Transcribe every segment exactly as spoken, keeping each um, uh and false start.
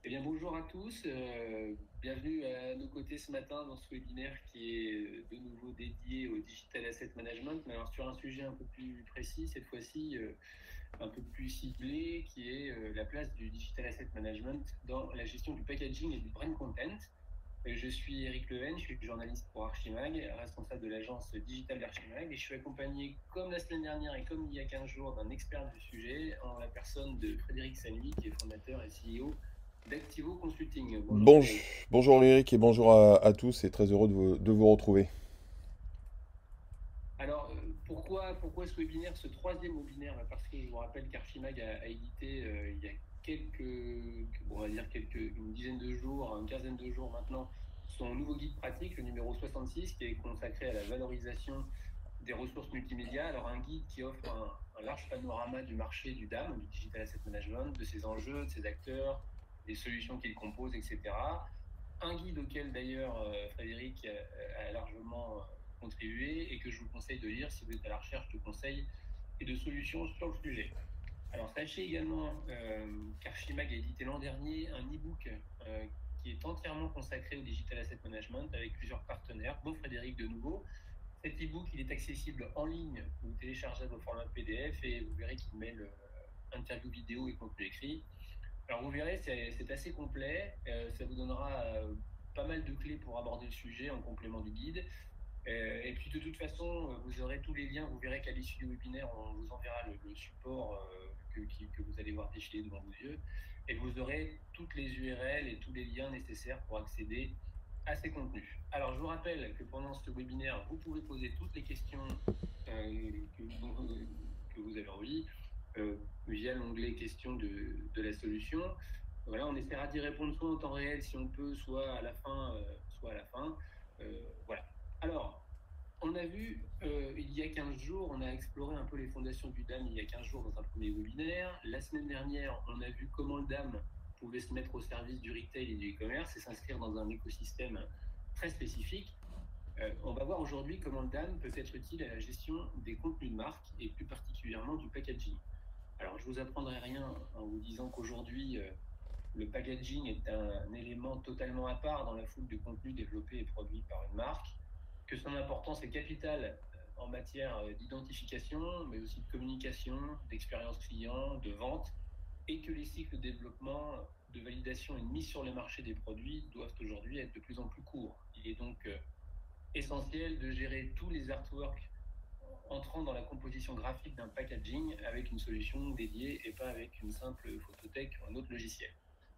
Eh bien, bonjour à tous. Euh, bienvenue à nos côtés ce matin dans ce webinaire qui est de nouveau dédié au Digital Asset Management, mais alors sur un sujet un peu plus précis, cette fois-ci euh, un peu plus ciblé, qui est euh, la place du Digital Asset Management dans la gestion du packaging et du brand content. Euh, Je suis Eric Leven, je suis journaliste pour Archimag, responsable de l'agence digitale d'Archimag, et je suis accompagné, comme la semaine dernière et comme il y a quinze jours, d'un expert du sujet, en la personne de Frédéric Sanui, qui est fondateur et C E O d'Activo Consulting. Bonjour Bonjour, Frédéric. bonjour Eric et bonjour à, à tous et très heureux de vous, de vous retrouver. Alors, euh, pourquoi, pourquoi ce webinaire, ce troisième webinaire? Parce que je vous rappelle qu'Archimag a, a édité euh, il y a quelques, bon, on va dire quelques, une dizaine de jours, une quinzaine de jours maintenant, son nouveau guide pratique, le numéro soixante-six, qui est consacré à la valorisation des ressources multimédia. Alors, un guide qui offre un, un large panorama du marché du D A M, du Digital Asset Management, de ses enjeux, de ses acteurs, des solutions qu'il compose, et cetera. Un guide auquel d'ailleurs euh, Frédéric a, a largement euh, contribué et que je vous conseille de lire si vous êtes à la recherche de conseils et de solutions sur le sujet. Alors sachez également euh, qu'Archimag a édité l'an dernier un e-book euh, qui est entièrement consacré au Digital Asset Management avec plusieurs partenaires, dont Frédéric de nouveau. Cet e-book, il est accessible en ligne ou téléchargeable au format P D F et vous verrez qu'il mêle euh, interview vidéo et contenu écrit. Alors vous verrez, c'est, c'est assez complet. Euh, ça vous donnera euh, pas mal de clés pour aborder le sujet en complément du guide. Euh, et puis de toute façon, euh, vous aurez tous les liens. Vous verrez qu'à l'issue du webinaire, on vous enverra le, le support euh, que, qui- que vous allez voir défiler devant vos yeux. Et vous aurez toutes les U R L et tous les liens nécessaires pour accéder à ces contenus. Alors je vous rappelle que pendant ce webinaire, vous pouvez poser toutes les questions euh, que, que vous avez envie euh, via l'onglet questions de, de la solution. Voilà, on essaiera d'y répondre soit en temps réel si on peut, soit à la fin. Euh, soit à la fin. Euh, voilà. Alors, on a vu, euh, il y a quinze jours, on a exploré un peu les fondations du D A M il y a quinze jours dans un premier webinaire. La semaine dernière, on a vu comment le D A M pouvait se mettre au service du retail et du e-commerce et s'inscrire dans un écosystème très spécifique. Euh, on va voir aujourd'hui comment le D A M peut être utile à la gestion des contenus de marque et plus particulièrement du packaging. Alors, je ne vous apprendrai rien en vous disant qu'aujourd'hui, euh, le packaging est un élément totalement à part dans la foule de contenus développés et produits par une marque, que son importance est capitale en matière d'identification, mais aussi de communication, d'expérience client, de vente, et que les cycles de développement, de validation et de mise sur le marché des produits doivent aujourd'hui être de plus en plus courts. Il est donc euh, essentiel de gérer tous les artworks entrant dans la composition graphique d'un packaging avec une solution dédiée et pas avec une simple photothèque ou un autre logiciel.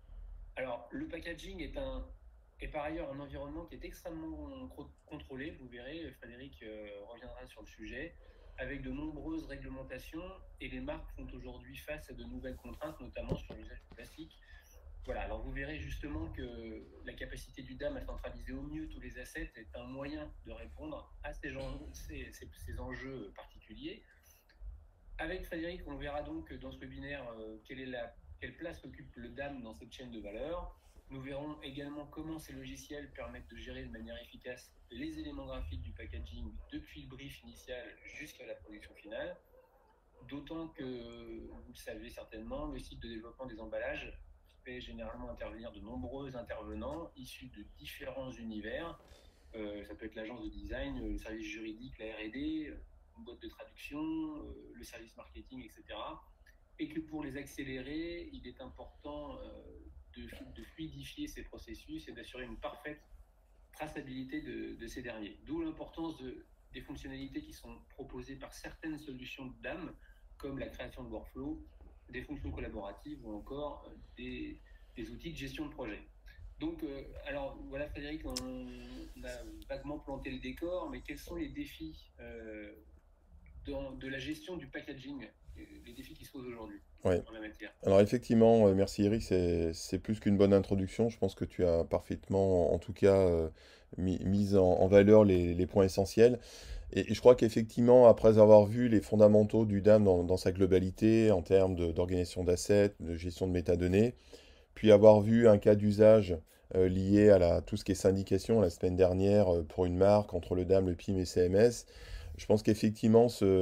Alors, le packaging est, un, est par ailleurs un environnement qui est extrêmement contrôlé. Vous verrez, Frédéric euh, reviendra sur le sujet, avec de nombreuses réglementations et les marques font aujourd'hui face à de nouvelles contraintes, notamment sur l'usage du plastique. Voilà, alors vous verrez justement que la capacité du D A M à centraliser au mieux tous les assets est un moyen de répondre à ces, gens, ces, ces, ces enjeux particuliers. Avec Frédéric, on verra donc dans ce webinaire euh, quelle, est la, quelle place occupe le D A M dans cette chaîne de valeur. Nous verrons également comment ces logiciels permettent de gérer de manière efficace les éléments graphiques du packaging depuis le brief initial jusqu'à la production finale. D'autant que, vous le savez certainement, le cycle de développement des emballages fait généralement intervenir de nombreux intervenants issus de différents univers. Euh, ça peut être l'agence de design, le service juridique, la R et D, une boîte de traduction, euh, le service marketing, et cetera. Et que pour les accélérer, il est important euh, de, de, fluidifier ces processus et d'assurer une parfaite traçabilité de, de ces derniers. D'où l'importance de, des fonctionnalités qui sont proposées par certaines solutions de D A M, comme la création de workflow, des fonctions collaboratives ou encore euh, des, des outils de gestion de projet. Donc, euh, alors voilà Frédéric, on, on, a vaguement planté le décor, mais quels sont les défis euh, dans, de la gestion du packaging, les défis qui se posent aujourd'hui Ouais. en la matière? Alors effectivement, euh, merci Eric, c'est, c'est plus qu'une bonne introduction. Je pense que tu as parfaitement, en tout cas, euh, mis, mis en, en valeur les, les points essentiels. Et, et je crois qu'effectivement, après avoir vu les fondamentaux du D A M dans, dans sa globalité, en termes de- d'organisation d'assets, de gestion de métadonnées, puis avoir vu un cas d'usage euh, lié à la, tout ce qui est syndication la semaine dernière euh, pour une marque entre le D A M, le P I M et C M S, je pense qu'effectivement, ce,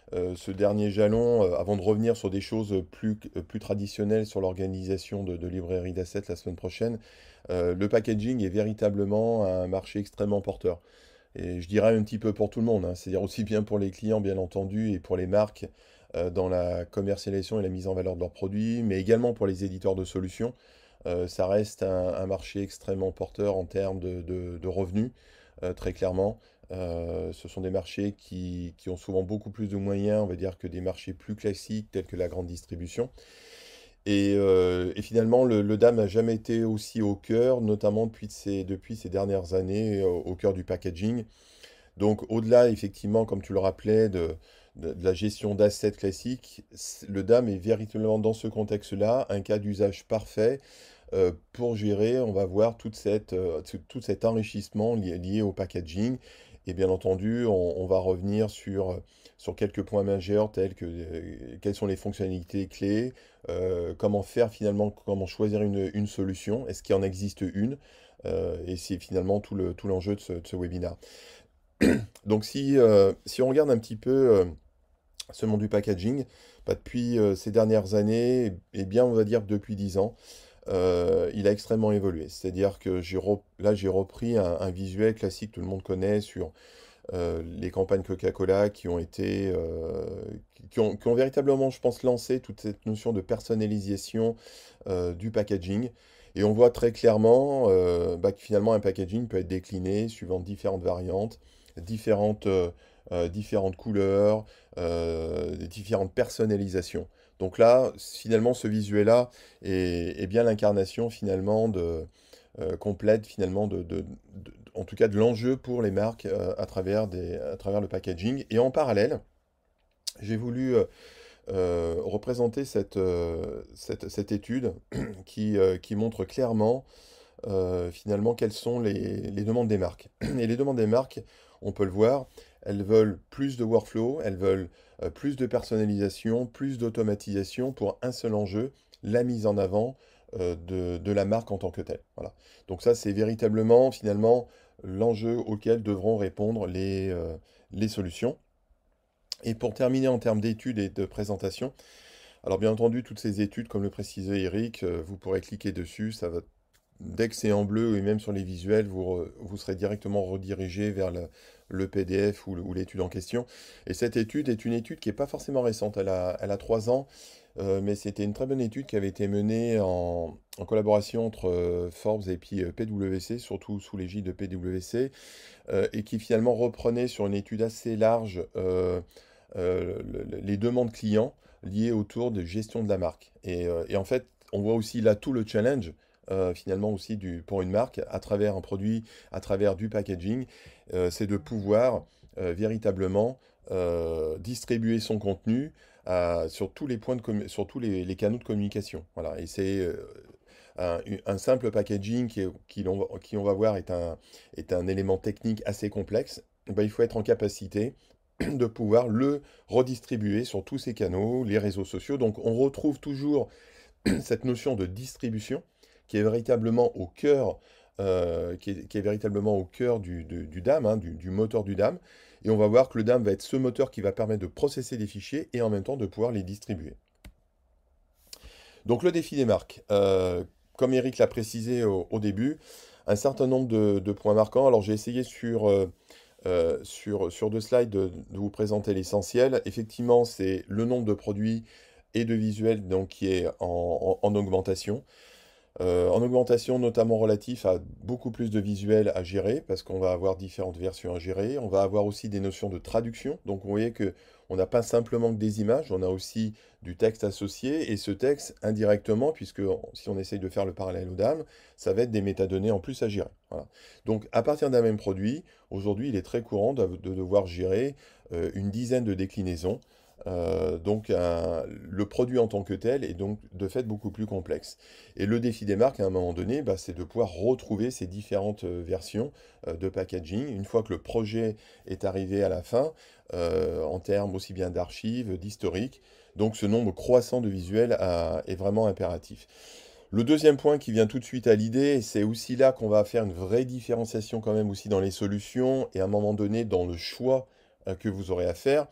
euh, ce dernier jalon, euh, avant de revenir sur des choses plus, euh, plus traditionnelles sur l'organisation de, de librairie d'assets la semaine prochaine, euh, le packaging est véritablement un marché extrêmement porteur. Et je dirais un petit peu pour tout le monde, hein, c'est-à-dire aussi bien pour les clients, bien entendu, et pour les marques euh, dans la commercialisation et la mise en valeur de leurs produits, mais également pour les éditeurs de solutions. Euh, ça reste un, un marché extrêmement porteur en termes de, de- de revenus, euh, très clairement. Euh, ce sont des marchés qui, qui ont souvent beaucoup plus de moyens, on va dire, que des marchés plus classiques tels que la grande distribution. Et, euh, et finalement, le, le D A M n'a jamais été aussi au cœur, notamment depuis ces, depuis ces dernières années, au, au cœur du packaging. Donc, au-delà, effectivement, comme tu le rappelais, de, de- de la gestion d'assets classiques, c- le D A M est véritablement dans ce contexte-là un cas d'usage parfait euh, pour gérer, on va voir, toute cette, euh, tout tout cet enrichissement lié, lié au packaging. Et bien entendu, on, on va revenir sur, sur quelques points majeurs tels que euh, quelles sont les fonctionnalités clés, euh, comment faire finalement, comment choisir une, une solution, est-ce qu'il en existe une, euh, et c'est finalement tout le, tout l'enjeu de ce, de ce webinaire. Donc si, euh, si on regarde un petit peu euh, ce monde du packaging, bah, depuis euh, ces dernières années, et bien on va dire que depuis dix ans, euh, il a extrêmement évolué. C'est-à-dire que j'ai rep- là j'ai repris un, un visuel classique que tout le monde connaît sur euh, les campagnes Coca-Cola qui ont été euh, qui, qui ont, qui ont véritablement, je pense, lancé toute cette notion de personnalisation euh, du packaging. Et on voit très clairement euh, bah, que finalement un packaging peut être décliné suivant différentes variantes, différentes, euh, euh, différentes couleurs, euh, différentes personnalisations. Donc là, finalement, ce visuel-là est, est bien l'incarnation finalement de, euh, complète finalement de, de- de- en tout cas de l'enjeu pour les marques euh, à travers des, à travers le packaging. Et en parallèle, j'ai voulu euh, euh, représenter cette, euh, cette, cette étude qui, euh, qui montre clairement euh, finalement quelles sont les, les demandes des marques. Et les demandes des marques, on peut le voir, elles veulent plus de workflow, elles veulent euh, plus de personnalisation, plus d'automatisation pour un seul enjeu, la mise en avant euh, de, de la marque en tant que telle. Voilà. Donc ça, c'est véritablement finalement l'enjeu auquel devront répondre les, euh, les solutions. Et pour terminer en termes d'études et de présentation, alors bien entendu, toutes ces études, comme le précisait Eric, euh, vous pourrez cliquer dessus, ça va dès que c'est en bleu et même sur les visuels, vous, re- vous serez directement redirigé vers le, le P D F ou, le- ou l'étude en question. Et cette étude est une étude qui n'est pas forcément récente, elle a, elle a trois ans, euh, mais c'était une très bonne étude qui avait été menée en, en collaboration entre euh, Forbes et puis euh, P W C, surtout sous l'égide de P W C, euh, et qui finalement reprenait sur une étude assez large euh, euh, le- le- les demandes clients liées autour de gestion de la marque. Et, euh, et en fait, on voit aussi là tout le challenge euh, finalement aussi du, pour une marque à travers un produit, à travers du packaging, euh, c'est de pouvoir euh, véritablement euh, distribuer son contenu à- sur tous les points de commu- sur tous les, les canaux de communication. Voilà. Et c'est euh, un, un simple packaging qui, est- qui, l'on va- qui on va voir est un, est un élément technique assez complexe. Ben, il faut être en capacité de pouvoir le redistribuer sur tous ces canaux, les réseaux sociaux. Donc on retrouve toujours cette notion de distribution qui est véritablement au cœur, euh, qui est, qui est véritablement au cœur du, du- du D A M, hein, du, du moteur du D A M. Et on va voir que le D A M va être ce moteur qui va permettre de processer des fichiers et en même temps de pouvoir les distribuer. Donc le défi des marques, euh, comme Eric l'a précisé au, au début, un certain nombre de, de points marquants. Alors j'ai essayé sur, euh, euh, sur, sur deux slides de, de vous présenter l'essentiel. Effectivement, c'est le nombre de produits et de visuels donc, qui est en, en- en augmentation. Euh, en augmentation notamment relatif à beaucoup plus de visuels à gérer, parce qu'on va avoir différentes versions à gérer. On va avoir aussi des notions de traduction. Donc vous voyez que on n'a pas simplement que des images, on a aussi du texte associé, et ce texte, indirectement, puisque si on essaye de faire le parallèle au D A M, ça va être des métadonnées en plus à gérer. Voilà. Donc à partir d'un même produit, aujourd'hui, il est très courant de, de devoir gérer euh, une dizaine de déclinaisons. Euh, donc un- le produit en tant que tel est donc de fait beaucoup plus complexe. Et le défi des marques, à un moment donné, bah, c'est de pouvoir retrouver ces différentes euh, versions euh, de packaging une fois que le projet est arrivé à la fin, euh, en termes aussi bien d'archives, d'historique. Donc ce nombre croissant de visuels a- est vraiment impératif. Le deuxième point qui vient tout de suite à l'idée, c'est aussi là qu'on va faire une vraie différenciation quand même aussi dans les solutions et à un moment donné dans le choix euh, que vous aurez à faire,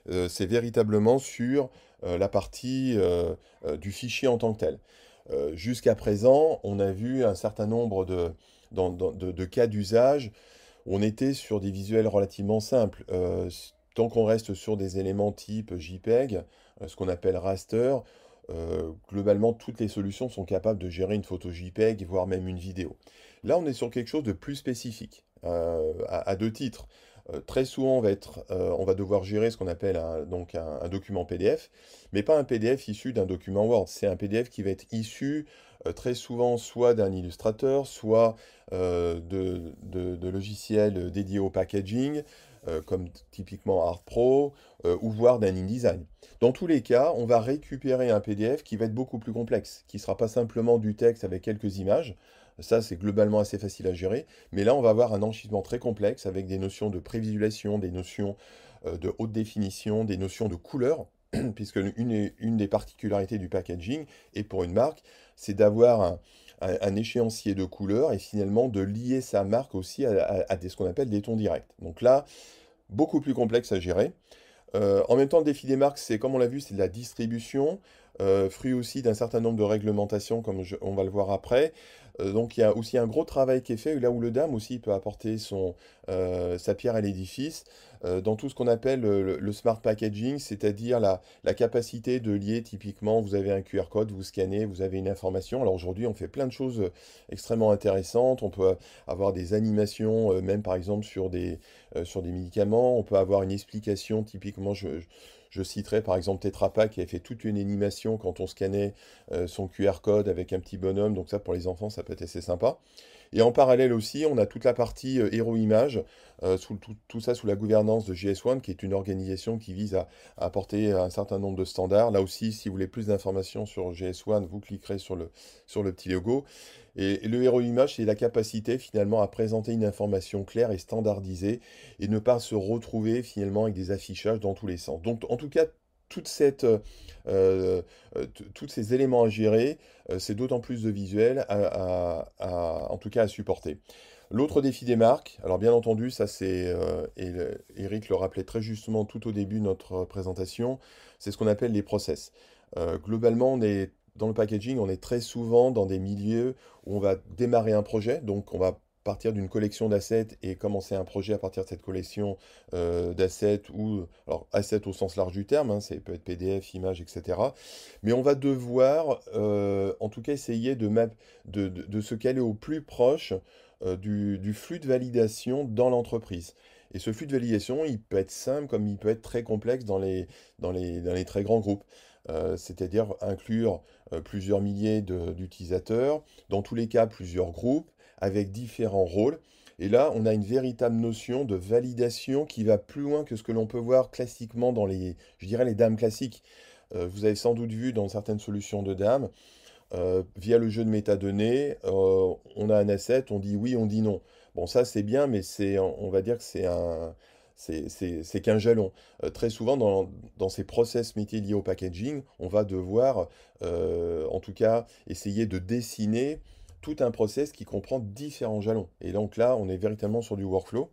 euh, c'est véritablement sur euh, la partie euh, euh, du fichier en tant que tel. Euh, jusqu'à présent, on a vu un certain nombre de, dans- dans- de- de cas d'usage où on était sur des visuels relativement simples. Euh, s- tant qu'on reste sur des éléments type JPEG, euh, ce qu'on appelle raster, euh, globalement, toutes les solutions sont capables de gérer une photo JPEG, voire même une vidéo. Là, on est sur quelque chose de plus spécifique, euh, à, à deux titres. Euh, très souvent, on va être, euh, on va devoir gérer ce qu'on appelle un, donc un, un document P D F, mais pas un P D F issu d'un document Word. C'est un P D F qui va être issu euh, très souvent soit d'un illustrateur, soit euh, de, de- de logiciels dédiés au packaging, euh, comme typiquement ArtPro, euh, ou voire d'un InDesign. Dans tous les cas, on va récupérer un P D F qui va être beaucoup plus complexe, qui ne sera pas simplement du texte avec quelques images. Ça, c'est globalement assez facile à gérer. Mais là, on va avoir un enrichissement très complexe avec des notions de prévisualisation, des notions euh, de haute définition, des notions de couleur, puisque une, une des particularités du packaging, et pour une marque, c'est d'avoir un, un- un échéancier de couleurs et finalement de lier sa marque aussi à, à- à des, ce qu'on appelle des tons directs. Donc là, beaucoup plus complexe à gérer. Euh, en même temps, le défi des marques, c'est, comme on l'a vu, c'est de la distribution, euh, fruit aussi d'un certain nombre de réglementations, comme je- on va le voir après. Euh, donc il y a aussi un gros travail qui est fait, là où le D A M aussi peut apporter son, euh, sa pierre à l'édifice, euh, dans tout ce qu'on appelle le, le- le smart packaging, c'est-à-dire la, la capacité de lier, typiquement, vous avez un Q R code, vous scannez, vous avez une information. Alors aujourd'hui, on fait plein de choses euh, extrêmement intéressantes. On peut avoir des animations, euh, même par exemple sur des, euh, sur des médicaments. On peut avoir une explication, typiquement, je, je- je citerai par exemple Tetra Pak qui a fait toute une animation quand on scannait euh, son Q R code avec un petit bonhomme. Donc ça, pour les enfants, ça peut être assez sympa. Et en parallèle aussi, on a toute la partie euh, Hero Image, euh, sous, tout, tout ça sous la gouvernance de J S un, qui est une organisation qui vise à, à apporter un certain nombre de standards. Là aussi, si vous voulez plus d'informations sur J S un, vous cliquerez sur le, sur le petit logo. Et, et le Hero Image, c'est la capacité finalement à présenter une information claire et standardisée et ne pas se retrouver finalement avec des affichages dans tous les sens. Donc en tout cas, toute cette, euh, euh, euh, t- tous ces éléments à gérer, euh, c'est d'autant plus de visuel à, à- à- en tout cas à supporter. L'autre défi des marques, alors bien entendu, ça c'est, euh, et le- Eric le rappelait très justement tout au début de notre présentation, c'est ce qu'on appelle les process. Euh, globalement, on est dans le packaging, on est très souvent dans des milieux où on va démarrer un projet, donc on va partir d'une collection d'assets et commencer un projet à partir de cette collection euh, d'assets ou, alors assets au sens large du terme, hein, ça peut être P D F, images, et cetera. Mais on va devoir, euh, en tout cas, essayer de, map- de, de- de se caler au plus proche euh, du, du flux de validation dans l'entreprise. Et ce flux de validation, il peut être simple comme il peut être très complexe dans les, dans les, dans les très grands groupes. Euh, c'est-à-dire inclure euh, plusieurs milliers de- d'utilisateurs, dans tous les cas plusieurs groupes, avec différents rôles. Et là, on a une véritable notion de validation qui va plus loin que ce que l'on peut voir classiquement dans les, je dirais, les D A M classiques. Euh, vous avez sans doute vu dans certaines solutions de D A M, euh, via le jeu de métadonnées, euh, on a un asset, on dit oui, on dit non. Bon, ça c'est bien, mais c'est, on va dire que c'est un, c'est c'est- c'est qu'un jalon. Euh, très souvent, dans, dans ces process métiers liés au packaging, on va devoir, euh, en tout cas, essayer de dessiner tout un process qui comprend différents jalons. Et donc là, on est véritablement sur du workflow.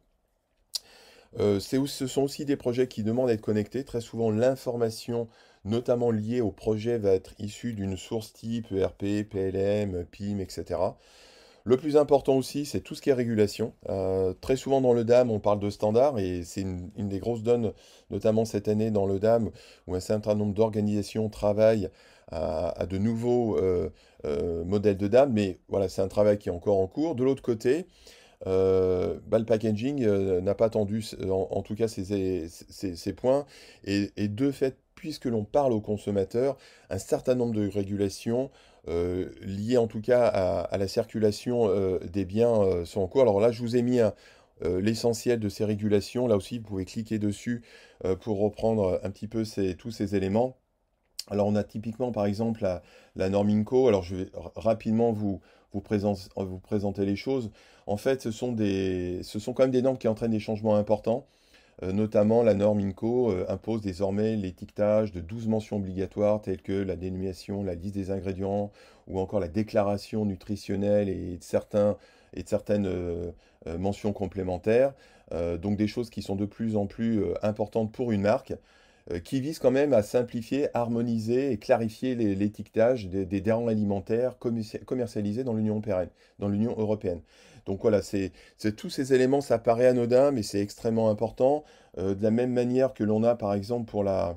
Euh, c'est au- ce sont aussi des projets qui demandent à être connectés. Très souvent, l'information, notamment liée au projet, va être issue d'une source type E R P, P L M, P I M, et cetera. Le plus important aussi, c'est tout ce qui est régulation. Euh, très souvent dans le D A M, on parle de standards et c'est une, une des grosses donnes, notamment cette année dans le D A M, où un certain nombre d'organisations travaillent à, à de nouveaux euh, euh, modèles de D A M. Mais voilà, c'est un travail qui est encore en cours. De l'autre côté, euh, bah, le packaging euh, n'a pas attendu, en, en tout cas, ces, ces- ces points. Et, et de fait, puisque l'on parle aux consommateurs, un certain nombre de régulations euh, liées en tout cas à, à la circulation euh, des biens euh, sont en cours. Alors là, je vous ai mis un- euh, l'essentiel de ces régulations. Là aussi, vous pouvez cliquer dessus euh, pour reprendre un petit peu ces- tous ces éléments. Alors, on a typiquement, par exemple, la, la norme INCO. Alors, je vais r- rapidement vous, vous, présent- vous présenter les choses. En fait, ce sont des, ce sont quand même des normes qui entraînent des changements importants. Euh, notamment, la norme INCO euh, impose désormais l'étiquetage de douze mentions obligatoires telles que la dénomination, la liste des ingrédients ou encore la déclaration nutritionnelle et de certains, et de certaines euh, euh, mentions complémentaires. Euh, donc, des choses qui sont de plus en plus euh, importantes pour une marque. euh, qui vise quand même à simplifier, harmoniser et clarifier les- l'étiquetage des, des denrées alimentaires commerci- commercialisées dans l'Union européenne, dans l'Union européenne. Donc voilà, c'est, c'est- tous ces éléments, ça paraît anodin, mais c'est extrêmement important. Euh, de la même manière que l'on a, par exemple, pour la,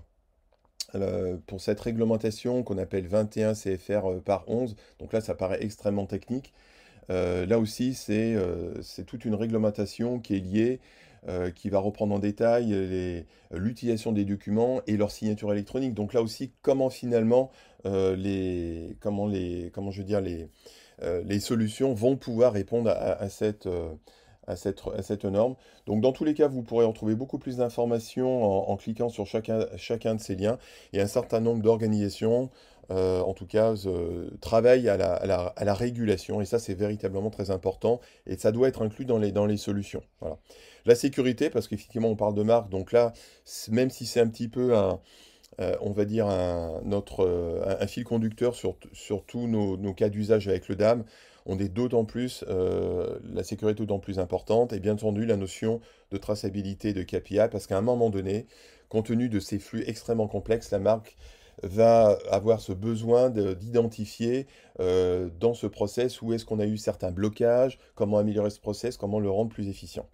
la- pour cette réglementation qu'on appelle vingt et un C F R euh, par onze, donc là, ça paraît extrêmement technique. Euh, là aussi, c'est euh, c'est toute une réglementation qui est liée, euh, qui va reprendre en détail les- l'utilisation des documents et leur signature électronique. Donc là aussi, comment finalement euh, les, comment les, comment je veux dire, les, euh, les solutions vont pouvoir répondre à, à cette, euh, à cette, à cette norme. Donc dans tous les cas, vous pourrez retrouver beaucoup plus d'informations en, en cliquant sur chacun, chacun de ces liens et un certain nombre d'organisations euh, en tout cas, euh, travaillent à la, à la- à la régulation, et ça, c'est véritablement très important, et ça doit être inclus dans les, dans les solutions. Voilà. La sécurité, parce qu'effectivement, on parle de marque, donc là, c- même si c'est un petit peu un, euh, on va dire, un, notre, euh, un, un fil conducteur sur, t- sur tous nos, nos cas d'usage avec le D A M, on est d'autant plus, euh, la sécurité d'autant plus importante, et bien entendu, la notion de traçabilité de K P I, parce qu'à un moment donné, compte tenu de ces flux extrêmement complexes, la marque va avoir ce besoin de- d'identifier euh, dans ce process où est-ce qu'on a eu certains blocages, comment améliorer ce process, comment le rendre plus efficient.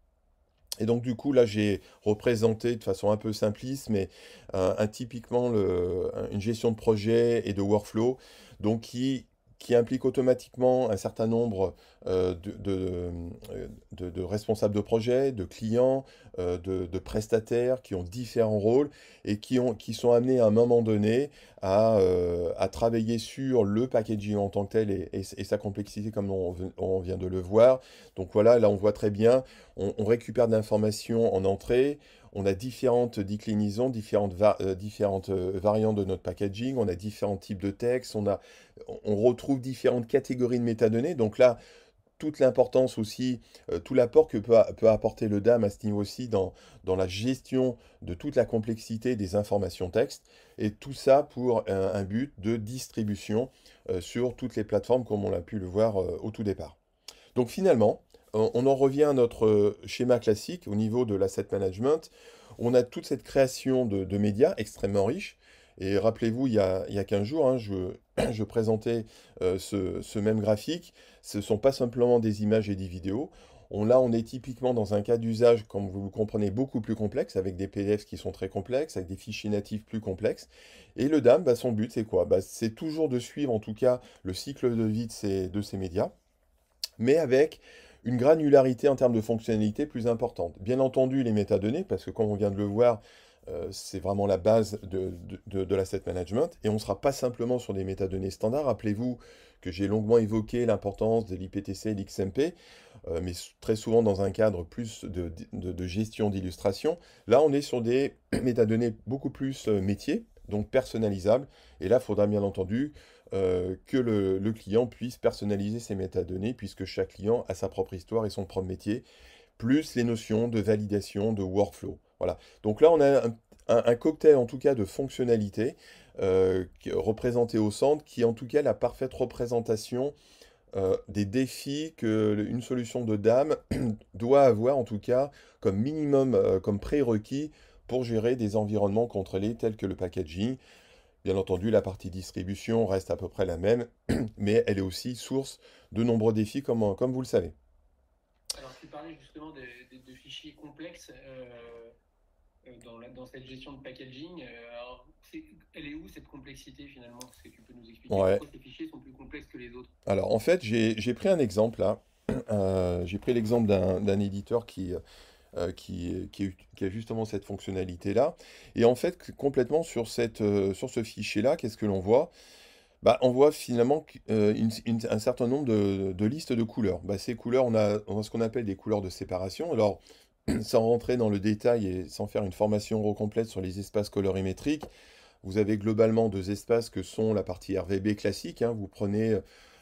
Et donc du coup, là, j'ai représenté de façon un peu simpliste, mais euh, un, typiquement le- un- une gestion de projet et de workflow, donc qui, qui implique automatiquement un certain nombre euh, de, de- euh, de- de responsables de projet, de clients, euh, de, de prestataires qui ont différents rôles et qui ont, qui sont amenés à un moment donné à, euh, à travailler sur le packaging en tant que tel et, et- et sa complexité comme on, on vient de le voir. Donc voilà, là on voit très bien on, on récupère de l'information en entrée, on a différentes déclinaisons, différentes, va- euh, différentes euh, variantes de notre packaging, on a différents types de textes, on a, on retrouve différentes catégories de métadonnées. Donc là, toute l'importance aussi, euh, tout l'apport que peut, a- peut apporter le D A M à ce niveau-ci dans, dans la gestion de toute la complexité des informations textes, et tout ça pour un, un but de distribution euh, sur toutes les plateformes comme on a pu le voir euh, au tout départ. Donc finalement, on on en revient à notre euh, schéma classique au niveau de l'asset management. On a toute cette création de, de médias extrêmement riches. Et rappelez-vous, il y a, il y a quinze jours, hein, je, je présentais euh, ce, ce même graphique. Ce ne sont pas simplement des images et des vidéos. On, là, on est typiquement dans un cas d'usage, comme vous le comprenez, beaucoup plus complexe, avec des P D F qui sont très complexes, avec des fichiers natifs plus complexes. Et le D A M, bah, son but, c'est quoi? Bah, c'est toujours de suivre, en tout cas, le cycle de vie de ces, de ces médias, mais avec une granularité en termes de fonctionnalité plus importante. Bien entendu, les métadonnées, parce que comme on vient de le voir, euh, c'est vraiment la base de, de, de- de l'asset management, et on ne sera pas simplement sur des métadonnées standards. Rappelez-vous que j'ai longuement évoqué l'importance de l'I P T C et l'X M P, euh, mais s- très souvent dans un cadre plus de, de- de gestion d'illustration. Là, on est sur des métadonnées beaucoup plus euh, métiers, donc personnalisables, et là, il faudra bien entendu euh, que le, le client puisse personnaliser ses métadonnées, puisque chaque client a sa propre histoire et son propre métier, plus les notions de validation, de workflow. Voilà. Donc là, on a un, un- un cocktail, en tout cas, de fonctionnalités euh, qui- représentées au centre, qui est en tout cas la parfaite représentation euh, des défis que une solution de D A M doit avoir, en tout cas, comme minimum, euh, comme prérequis pour gérer des environnements contrôlés tels que le packaging. Bien entendu, la partie distribution reste à peu près la même, mais elle est aussi source de nombreux défis, comme, comme vous le savez. Alors, tu parlais justement de, de- de fichiers complexes euh, euh, dans, la- dans cette gestion de packaging. Euh, alors, c'est- elle est où cette complexité finalement? Est-ce que tu peux nous expliquer Ouais. pourquoi ces fichiers sont plus complexes que les autres? Alors, en fait, j'ai j'ai pris un exemple là. Euh, j'ai pris l'exemple d'un d'un éditeur qui, euh, qui, qui, qui a justement cette fonctionnalité-là. Et en fait, complètement sur cette, euh, sur ce fichier-là, qu'est-ce que l'on voit? Bah, on voit finalement qu- euh, une- une- un certain nombre de, de listes de couleurs. Bah, ces couleurs, on a, on a ce qu'on appelle des couleurs de séparation. Alors, sans rentrer dans le détail et sans faire une formation complète sur les espaces colorimétriques, vous avez globalement deux espaces que sont la partie R V B classique, hein. Vous prenez,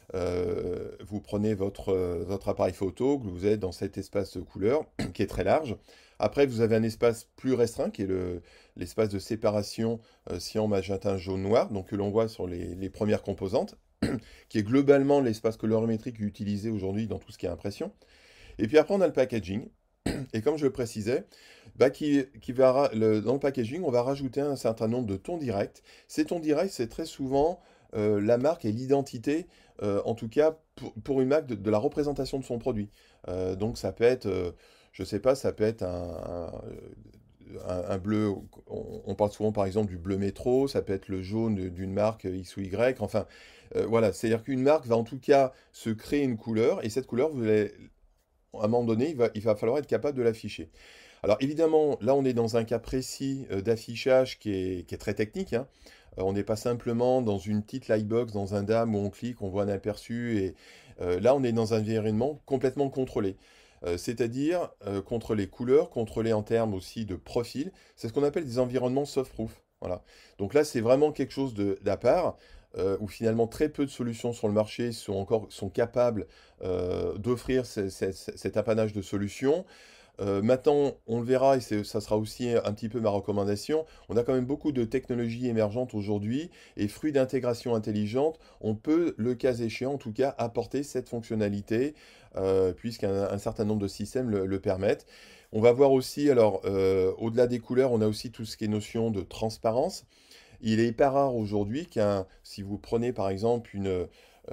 euh, vous prenez votre, euh, votre appareil photo, que vous êtes dans cet espace de couleur qui est très large. Après, vous avez un espace plus restreint qui est le, l'espace de séparation euh, cyan, magenta, jaune, noir, donc que l'on voit sur les, les premières composantes, qui est globalement l'espace colorimétrique utilisé aujourd'hui dans tout ce qui est impression. Et puis après, on a le packaging. Et comme je le précisais, bah, qui, qui va, ra- le- dans le packaging, on va rajouter un certain nombre de tons directs. Ces tons directs, c'est très souvent euh, la marque et l'identité, euh, en tout cas pour, pour une marque, de, de la représentation de son produit. Euh, donc ça peut être, euh, je sais pas, ça peut être un, un- un- un bleu, on, on parle souvent par exemple du bleu métro, ça peut être le jaune de- d'une marque X ou Y, enfin euh, voilà, c'est-à-dire qu'une marque va en tout cas se créer une couleur, et cette couleur, vous allez, à un moment donné, il va, il va falloir être capable de l'afficher. Alors évidemment, là on est dans un cas précis euh, d'affichage qui est, qui est très technique, hein. Euh, on n'est pas simplement dans une petite lightbox, dans un D A M où on clique, on voit un aperçu, et euh, là on est dans un environnement complètement contrôlé. Euh, c'est-à-dire euh, contrôlé couleurs, contrôlé en termes aussi de profil. C'est ce qu'on appelle des environnements soft-proof. Voilà. Donc là c'est vraiment quelque chose de- d'à part. Euh, où finalement très peu de solutions sur le marché sont encore sont capables euh, d'offrir ce- ce- ce- cet apanage de solutions. Euh, maintenant, on le verra, et c'est- ça sera aussi un petit peu ma recommandation, on a quand même beaucoup de technologies émergentes aujourd'hui, et fruits d'intégration intelligente, on peut, le cas échéant, en tout cas, apporter cette fonctionnalité, euh, puisqu'un un certain nombre de systèmes le, le permettent. On va voir aussi, alors, euh, au-delà des couleurs, on a aussi tout ce qui est notion de transparence. Il est hyper rare aujourd'hui qu'un, si vous prenez par exemple une,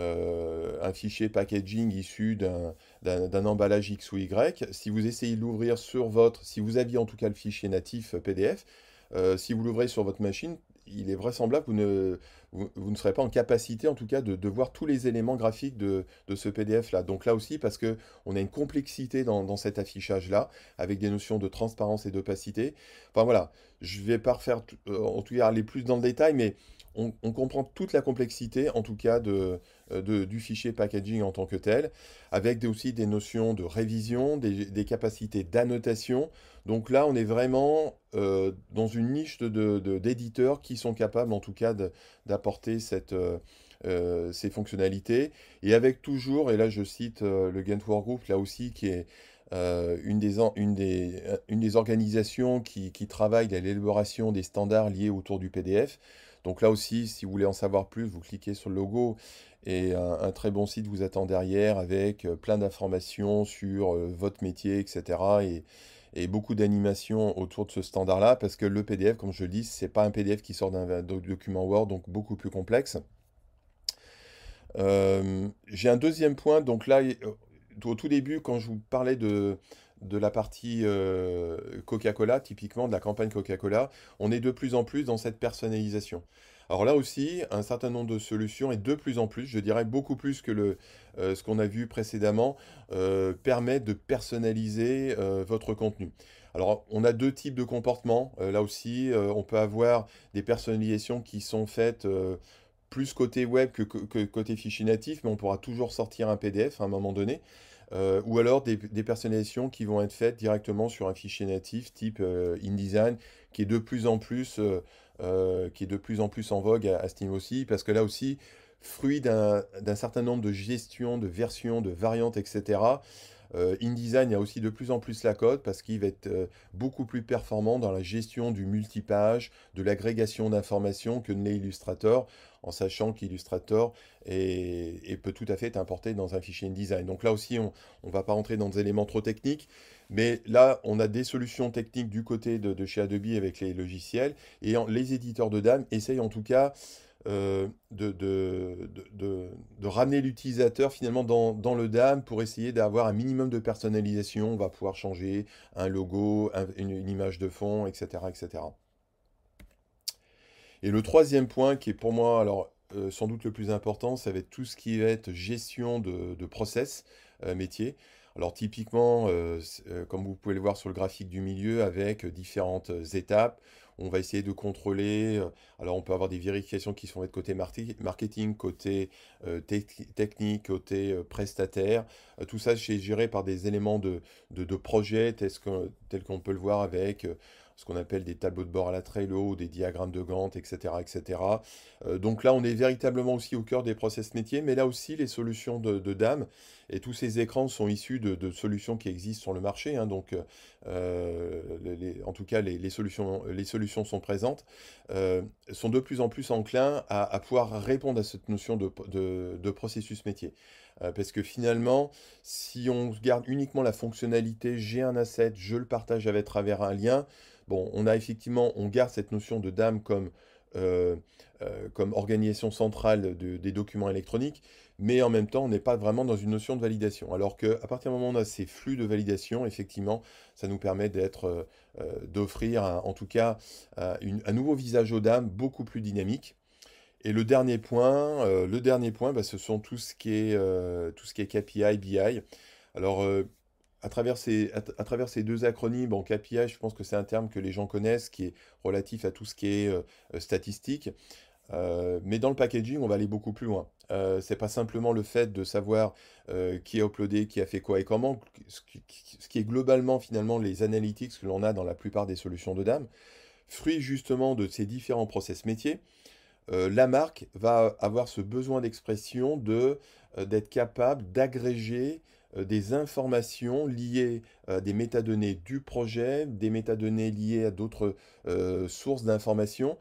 euh, un fichier packaging issu d'un d'un- d'un emballage X ou Y, si vous essayez de l'ouvrir sur votre, si vous aviez en tout cas le fichier natif P D F, euh, si vous l'ouvrez sur votre machine, il est vraisemblable que vous ne, vous, vous ne serez pas en capacité en tout cas de, de voir tous les éléments graphiques de, de ce P D F-là. Donc là aussi, parce que on a une complexité dans, dans cet affichage-là, avec des notions de transparence et d'opacité. Enfin voilà, je vais pas refaire, tout- euh, en tout cas aller plus dans le détail, mais on, on comprend toute la complexité, en tout cas, de, euh, de- du fichier packaging en tant que tel, avec des- aussi des notions de révision, des, des capacités d'annotation. Donc là, on est vraiment euh, dans une niche de, de- de- d'éditeurs qui sont capables, en tout cas, de- d'apporter cette, euh, euh, ces fonctionnalités. Et avec toujours, et là je cite euh, le Gentwork Group, là aussi, qui est euh, une des, en- une des, euh, une des organisations qui, qui travaille à l'élaboration des standards liés autour du P D F. Donc là aussi, si vous voulez en savoir plus, vous cliquez sur le logo, et un, un très bon site vous attend derrière avec euh, plein d'informations sur euh, votre métier, et cetera. Et, et beaucoup d'animations autour de ce standard-là, parce que le P D F, comme je le dis, c'est pas un P D F qui sort d'un doc- document Word, donc beaucoup plus complexe. Euh, j'ai un deuxième point, donc là, euh, au tout début, quand je vous parlais de, de la partie euh, Coca-Cola, typiquement de la campagne Coca-Cola, on est de plus en plus dans cette personnalisation. Alors là aussi, un certain nombre de solutions, et de plus en plus, je dirais beaucoup plus que le, euh, ce qu'on a vu précédemment, euh, permettent de personnaliser euh, votre contenu. Alors, on a deux types de comportements. Euh, là aussi, euh, on peut avoir des personnalisations qui sont faites euh, plus côté web que, que- que côté fichier natif, mais on pourra toujours sortir un P D F à un moment donné. Euh, ou alors des, des personnalisations qui vont être faites directement sur un fichier natif type euh, InDesign, qui est de plus en plus, euh, euh, qui est de plus en plus en vogue à, à ce niveau aussi, parce que là aussi, fruit d'un d'un certain nombre de gestions, de versions, de variantes, et cetera. Euh, InDesign a aussi de plus en plus la cote parce qu'il va être euh, beaucoup plus performant dans la gestion du multipage, de l'agrégation d'informations que ne l'est Illustrator, en sachant qu'Illustrator est- est- peut tout à fait être importé dans un fichier InDesign. Donc là aussi, on ne va pas rentrer dans des éléments trop techniques, mais là, on a des solutions techniques du côté de, de chez Adobe avec les logiciels, et en- les éditeurs de D A M essayent en tout cas euh, de, de, de- de- de ramener l'utilisateur finalement dans, dans le D A M pour essayer d'avoir un minimum de personnalisation. On va pouvoir changer un logo, un- une, une image de fond, et cetera, et cetera. Et le troisième point qui est pour moi, alors euh, sans doute le plus important, ça va être tout ce qui va être gestion de, de process euh, métier. Alors typiquement, euh, c- euh, comme vous pouvez le voir sur le graphique du milieu, avec euh, différentes euh, étapes, on va essayer de contrôler. euh, alors on peut avoir des vérifications qui sont faites côté marti- marketing, côté euh, tec- technique, côté euh, prestataire. Euh, tout ça c'est géré par des éléments de, de, de projet, tels que- tels qu'on peut le voir avec euh, ce qu'on appelle des tableaux de bord à la Trello, des diagrammes de Gantt, et cetera, et cetera. Euh, donc là, on est véritablement aussi au cœur des process métiers, mais là aussi, les solutions de, de D A M et tous ces écrans sont issus de, de solutions qui existent sur le marché, hein. Donc, euh, les- les- en tout cas, les, les solutions, les solutions sont présentes, euh, sont de plus en plus enclins à, à pouvoir répondre à cette notion de, de- de processus métier. Euh, parce que finalement, si on garde uniquement la fonctionnalité, j'ai un asset, je le partage avec travers un lien, bon, on a effectivement, on garde cette notion de D A M comme, euh, euh, comme organisation centrale de- des documents électroniques, mais en même temps, on n'est pas vraiment dans une notion de validation. Alors qu'à partir du moment où on a ces flux de validation, effectivement, ça nous permet d'être, euh, euh, d'offrir un- en tout cas euh, une- un nouveau visage au D A M beaucoup plus dynamique. Et le dernier point, euh, le dernier point, bah, ce sont tout ce qui est, euh, tout ce qui est K P I, B I. Alors, euh, à travers ces, à, à travers ces deux acronymes, bon, K P I, je pense que c'est un terme que les gens connaissent, qui est relatif à tout ce qui est euh, euh, statistique. Euh, mais dans le packaging, on va aller beaucoup plus loin. Euh, c'est pas simplement le fait de savoir euh, qui a uploadé, qui a fait quoi et comment, ce qui, ce qui est globalement finalement les analytics que l'on a dans la plupart des solutions de D A M, fruit justement de ces différents process métiers. Euh, la marque va avoir ce besoin d'expression de euh, d'être capable d'agréger euh, des informations liées à des métadonnées du projet, des métadonnées liées à d'autres euh, sources d'informations,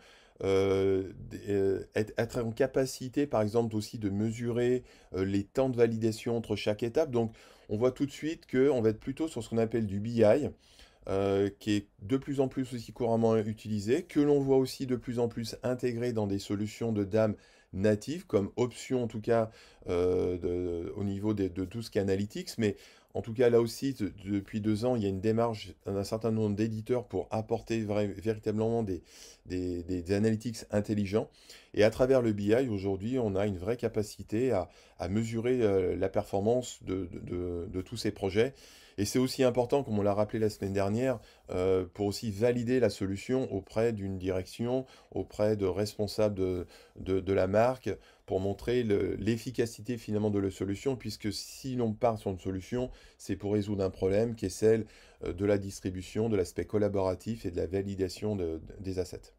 euh, d- euh, être, être en capacité, par exemple, aussi de mesurer euh, les temps de validation entre chaque étape. Donc, on voit tout de suite qu'on va être plutôt sur ce qu'on appelle du B I, euh, qui est de plus en plus aussi couramment utilisé, que l'on voit aussi de plus en plus intégré dans des solutions de D A M natives, comme option en tout cas euh, de- au niveau des- de tout ce qui est analytics, mais en tout cas là aussi, de- depuis deux ans, il y a une démarche d'un certain nombre d'éditeurs pour apporter vrai- véritablement des, des, des- des analytics intelligents. Et à travers le B I, aujourd'hui, on a une vraie capacité à, à mesurer euh, la performance de, de de- de tous ces projets. Et c'est aussi important, comme on l'a rappelé la semaine dernière, euh, pour aussi valider la solution auprès d'une direction, auprès de responsables de, de- de la marque, pour montrer le- l'efficacité finalement de la solution, puisque si l'on part sur une solution, c'est pour résoudre un problème qui est celle euh, de la distribution, de l'aspect collaboratif et de la validation de- de- des assets.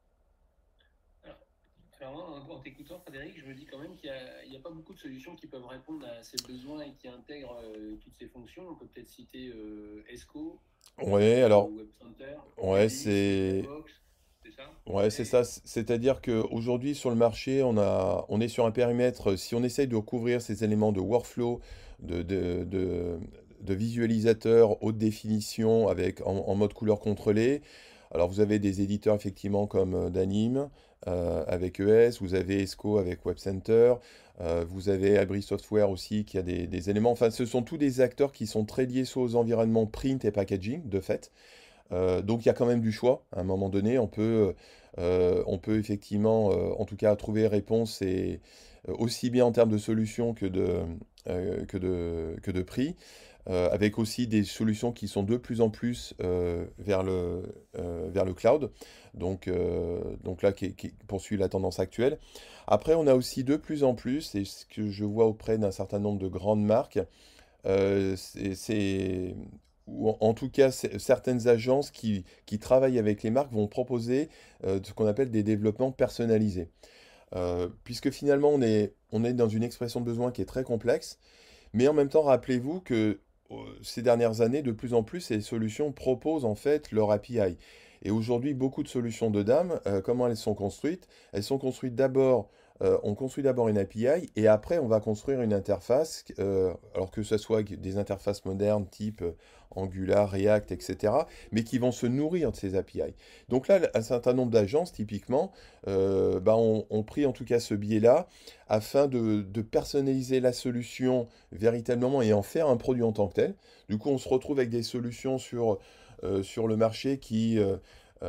Alors, clairement, en en t'écoutant, Frédéric, je me dis quand même qu'il n'y a, il y a pas beaucoup de solutions qui peuvent répondre à ces besoins et qui intègrent euh, toutes ces fonctions. On peut peut-être citer euh, ESCO, Ouais, euh, alors, Web Center, ouais, D A D X, c'est MediaBox, c'est ça? Ouais, c'est Et ça. C- C'est-à-dire qu'aujourd'hui, sur le marché, on a, on est sur un périmètre, si on essaye de recouvrir ces éléments de workflow, de, de, de, de visualisateur haute définition avec, en, en mode couleur contrôlée, alors vous avez des éditeurs effectivement comme euh, Danim euh, avec E S, vous avez Esco avec Web Center, euh, vous avez Abri Software aussi qui a des, des éléments. Enfin, ce sont tous des acteurs qui sont très liés soit aux environnements print et packaging, de fait. Euh, donc il y a quand même du choix. À un moment donné, on peut, euh, on peut effectivement, euh, en tout cas, trouver réponse et, euh, aussi bien en termes de solutions que de, euh, que de, que de prix, euh, avec aussi des solutions qui sont de plus en plus euh, vers le, euh, vers le cloud. Donc, euh, donc là, qui, qui poursuit la tendance actuelle. Après, on a aussi de plus en plus, et ce que je vois auprès d'un certain nombre de grandes marques, euh, c'est, c'est- ou en, en tout cas, c'est- certaines agences qui, qui travaillent avec les marques vont proposer euh, ce qu'on appelle des développements personnalisés. Euh, puisque finalement, on est, on est dans une expression de besoin qui est très complexe, mais en même temps, rappelez-vous que euh, ces dernières années, de plus en plus, ces solutions proposent en fait leur A P I. Et aujourd'hui, beaucoup de solutions de D A M, euh, comment elles sont construites? Elles sont construites d'abord, euh, on construit d'abord une A P I et après on va construire une interface, euh, alors que ce soit des interfaces modernes type euh, Angular, React, et cetera, mais qui vont se nourrir de ces A P I. Donc là, un certain nombre d'agences, typiquement, euh, bah, ont, ont pris en tout cas ce biais-là afin de, de personnaliser la solution véritablement et en faire un produit en tant que tel. Du coup, on se retrouve avec des solutions sur, euh, sur le marché qui, euh,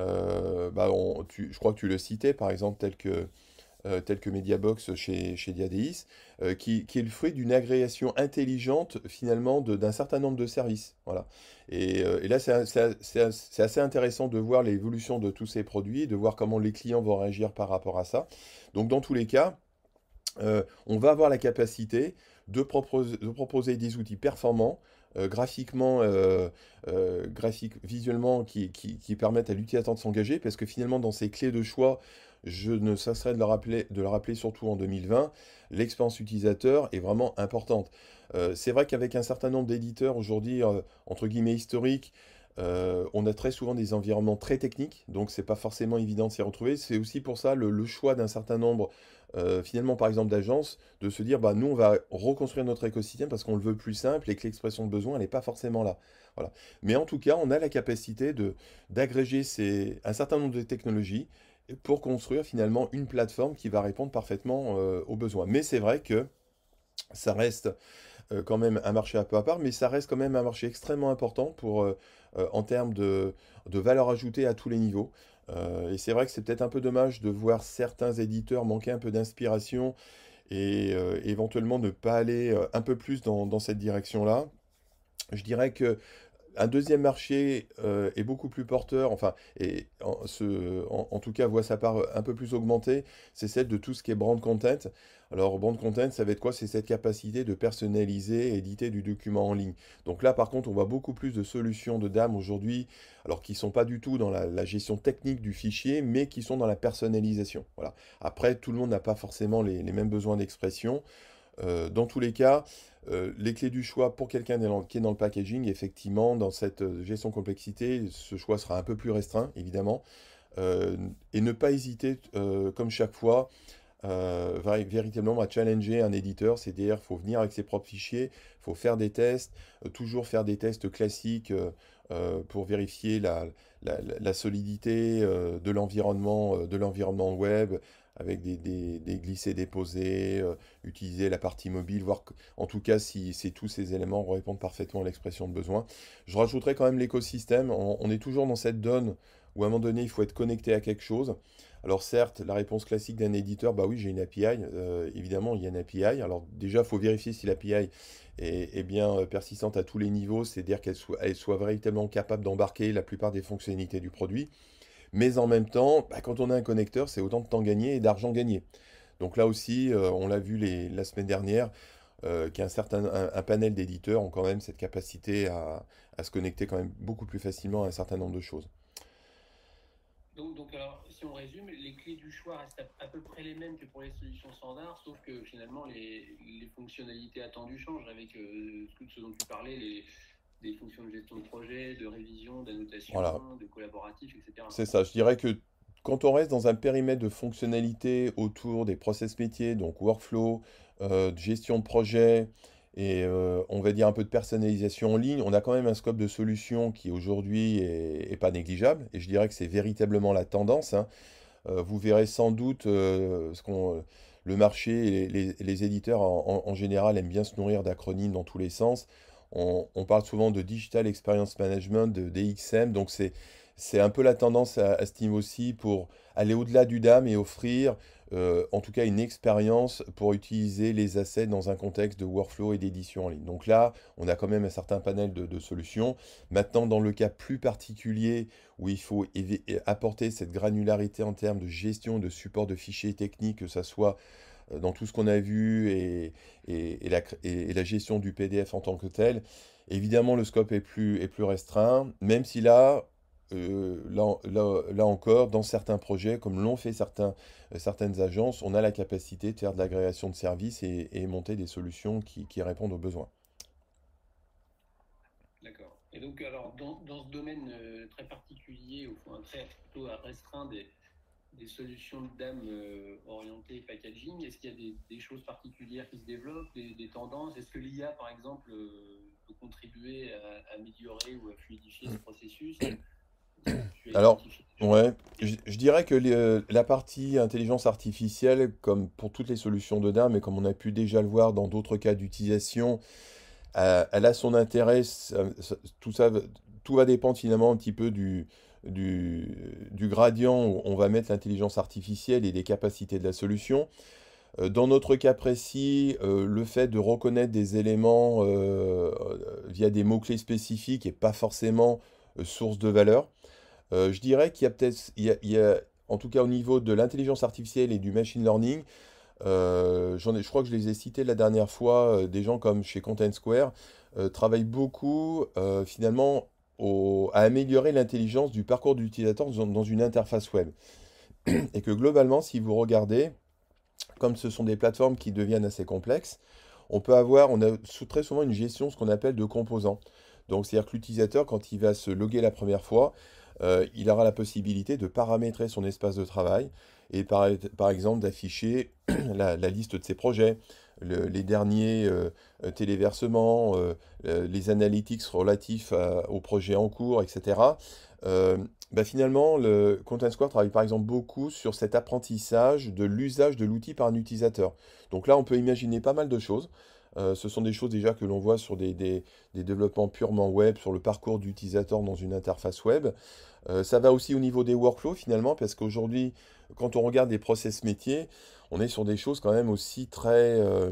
euh, bah, on- tu- je crois que tu le citais, par exemple, tel que, euh, tel que Mediabox chez, chez Diadéis, euh, qui, qui est le fruit d'une agrégation intelligente finalement de- d'un certain nombre de services. Voilà. Et, euh, et là, c'est c'est- c'est- c'est assez intéressant de voir l'évolution de tous ces produits, de voir comment les clients vont réagir par rapport à ça. Donc, dans tous les cas, euh, on va avoir la capacité de proposer, de proposer des outils performants, euh, graphiquement, euh, euh, graphique, visuellement, qui, qui- qui permettent à l'utilisateur de s'engager, parce que finalement, dans ces clés de choix, je ne cesserai de le rappeler, de le rappeler surtout en deux mille vingt, l'expérience utilisateur est vraiment importante. Euh, c'est vrai qu'avec un certain nombre d'éditeurs aujourd'hui, euh, entre guillemets historiques, euh, on a très souvent des environnements très techniques, donc c'est pas forcément évident de s'y retrouver. C'est aussi pour ça le, le choix d'un certain nombre euh, finalement, par exemple, d'agence, de se dire, bah, nous, on va reconstruire notre écosystème parce qu'on le veut plus simple et que l'expression de besoin, elle n'est pas forcément là. Voilà. Mais en tout cas, on a la capacité de d'agréger ces, un certain nombre de technologies pour construire finalement une plateforme qui va répondre parfaitement euh, aux besoins. Mais c'est vrai que ça reste euh, quand même un marché un peu à part, mais ça reste quand même un marché extrêmement important pour, euh, euh, en termes de, de valeur ajoutée à tous les niveaux. Euh, et c'est vrai que c'est peut-être un peu dommage de voir certains éditeurs manquer un peu d'inspiration et euh, éventuellement ne pas aller euh, un peu plus dans, dans cette direction-là. Je dirais que un deuxième marché euh, est beaucoup plus porteur, enfin, et en, se- en- en tout cas voit sa part un peu plus augmentée, c'est celle de tout ce qui est brand content. Alors, brand content, ça va être quoi? C'est cette capacité de personnaliser et éditer du document en ligne. Donc là, par contre, on voit beaucoup plus de solutions de dames aujourd'hui, alors qui ne sont pas du tout dans la, la gestion technique du fichier, mais qui sont dans la personnalisation. Voilà. Après, tout le monde n'a pas forcément les les mêmes besoins d'expression. Euh, dans tous les cas, euh, les clés du choix pour quelqu'un dans- qui est dans le packaging, effectivement, dans cette euh, gestion complexité, ce choix sera un peu plus restreint, évidemment. Euh, et ne pas hésiter, euh, comme chaque fois, euh, vari- véritablement à challenger un éditeur, c'est-à-dire qu'il faut venir avec ses propres fichiers, il faut faire des tests, euh, toujours faire des tests classiques euh, euh, pour vérifier la, la- la- la solidité euh, de l'environnement euh, de l'environnement web, avec des, des, des glissés-déposés, euh, utiliser la partie mobile, voir que- en tout cas si, si tous ces éléments répondent parfaitement à l'expression de besoin. Je rajouterai quand même l'écosystème, on, on est toujours dans cette donne où à un moment donné il faut être connecté à quelque chose. Alors certes, la réponse classique d'un éditeur, bah oui, j'ai une A P I. Euh, évidemment, il y a une A P I. Alors déjà, il faut vérifier si l'A P I est, est bien euh, persistante à tous les niveaux, c'est-à-dire qu'elle soit, elle soit véritablement capable d'embarquer la plupart des fonctionnalités du produit. Mais en même temps, bah, quand on a un connecteur, c'est autant de temps gagné et d'argent gagné. Donc là aussi, euh, on l'a vu les- la semaine dernière, euh, qu'un certain un, un panel d'éditeurs ont quand même cette capacité à, à se connecter quand même beaucoup plus facilement à un certain nombre de choses. Donc, donc, alors, si on résume, les clés du choix restent à, à peu près les mêmes que pour les solutions standards, sauf que finalement, les, les fonctionnalités attendues changent avec euh, ce, que- ce dont tu parlais, les, des fonctions de gestion de projet, de révision, Voilà, d'annotation, de collaboratif, et cetera. c'est ça. Je dirais que quand on reste dans un périmètre de fonctionnalité autour des process métiers, donc workflow, euh, de gestion de projet et euh, on va dire un peu de personnalisation en ligne, on a quand même un scope de solution qui aujourd'hui est, est pas négligeable. Et je dirais que c'est véritablement la tendance, hein. Euh, vous verrez sans doute euh, ce qu'on, le marché et les, les éditeurs en, en- en général aiment bien se nourrir d'acronymes dans tous les sens. On, on parle souvent de Digital Experience Management, de D X M, donc c'est, c'est un peu la tendance à, à ce niveau-ci pour aller au-delà du D A M et offrir euh, en tout cas une expérience pour utiliser les assets dans un contexte de workflow et d'édition en ligne. Donc là, on a quand même un certain panel de, de solutions. Maintenant, dans le cas plus particulier où il faut évi- et apporter cette granularité en termes de gestion, de support de fichiers techniques, que ça soit euh, dans tout ce qu'on a vu et, et- et la, cr- et- et la gestion du P D F en tant que tel. Évidemment, le scope est plus, est plus restreint, même si là, euh, là, là- là encore, dans certains projets, comme l'ont fait certains, euh, certaines agences, on a la capacité de faire de l'agrégation de services et, et monter des solutions qui, qui répondent aux besoins. D'accord. Et donc, alors, dans, dans ce domaine euh, très particulier, au fond, très plutôt restreint des, des solutions de dames euh, orientées packaging, est-ce qu'il y a des, des choses particulières qui se développent, des, des tendances? Est-ce que l'I A, par exemple, euh, peut contribuer à, à améliorer ou à fluidifier ce processus? Est-ce que tu as Alors, identifié des choses ouais, je, particulières? je dirais que les, euh, la partie intelligence artificielle, comme pour toutes les solutions de D A M, et comme on a pu déjà le voir dans d'autres cas d'utilisation, euh, elle a son intérêt. Ça- ça- tout ça, va- tout va dépendre finalement un petit peu du, du, du gradient où on va mettre l'intelligence artificielle et des capacités de la solution. Euh, dans notre cas précis, euh, le fait de reconnaître des éléments euh, euh, via des mots-clés spécifiques et pas forcément euh, source de valeur. Euh, je dirais qu'il y a peut-être, il y a, il y a- en tout cas au niveau de l'intelligence artificielle et du machine learning, Euh, j'en ai, je crois que je les ai cités la dernière fois, euh, des gens comme chez Content Square euh, travaillent beaucoup euh, finalement au- à améliorer l'intelligence du parcours de l'utilisateur dans, dans une interface web. Et que globalement, si vous regardez, comme ce sont des plateformes qui deviennent assez complexes, on peut avoir, on a sou- très souvent une gestion, ce qu'on appelle de composants. Donc, c'est-à-dire que l'utilisateur, quand il va se loguer la première fois, euh, il aura la possibilité de paramétrer son espace de travail et par, par exemple d'afficher la, la liste de ses projets, le- les derniers euh, euh, téléversements, euh, euh, les analytics relatifs à- aux projets en cours, et cetera. Euh, bah, finalement, le Content Square travaille par exemple beaucoup sur cet apprentissage de l'usage de l'outil par un utilisateur. Donc là, on peut imaginer pas mal de choses. Euh, ce sont des choses déjà que l'on voit sur des, des- des développements purement web, sur le parcours d'utilisateur dans une interface web. Euh, ça va aussi au niveau des workflows finalement, parce qu'aujourd'hui, quand on regarde des process métiers, on est sur des choses quand même aussi très, euh,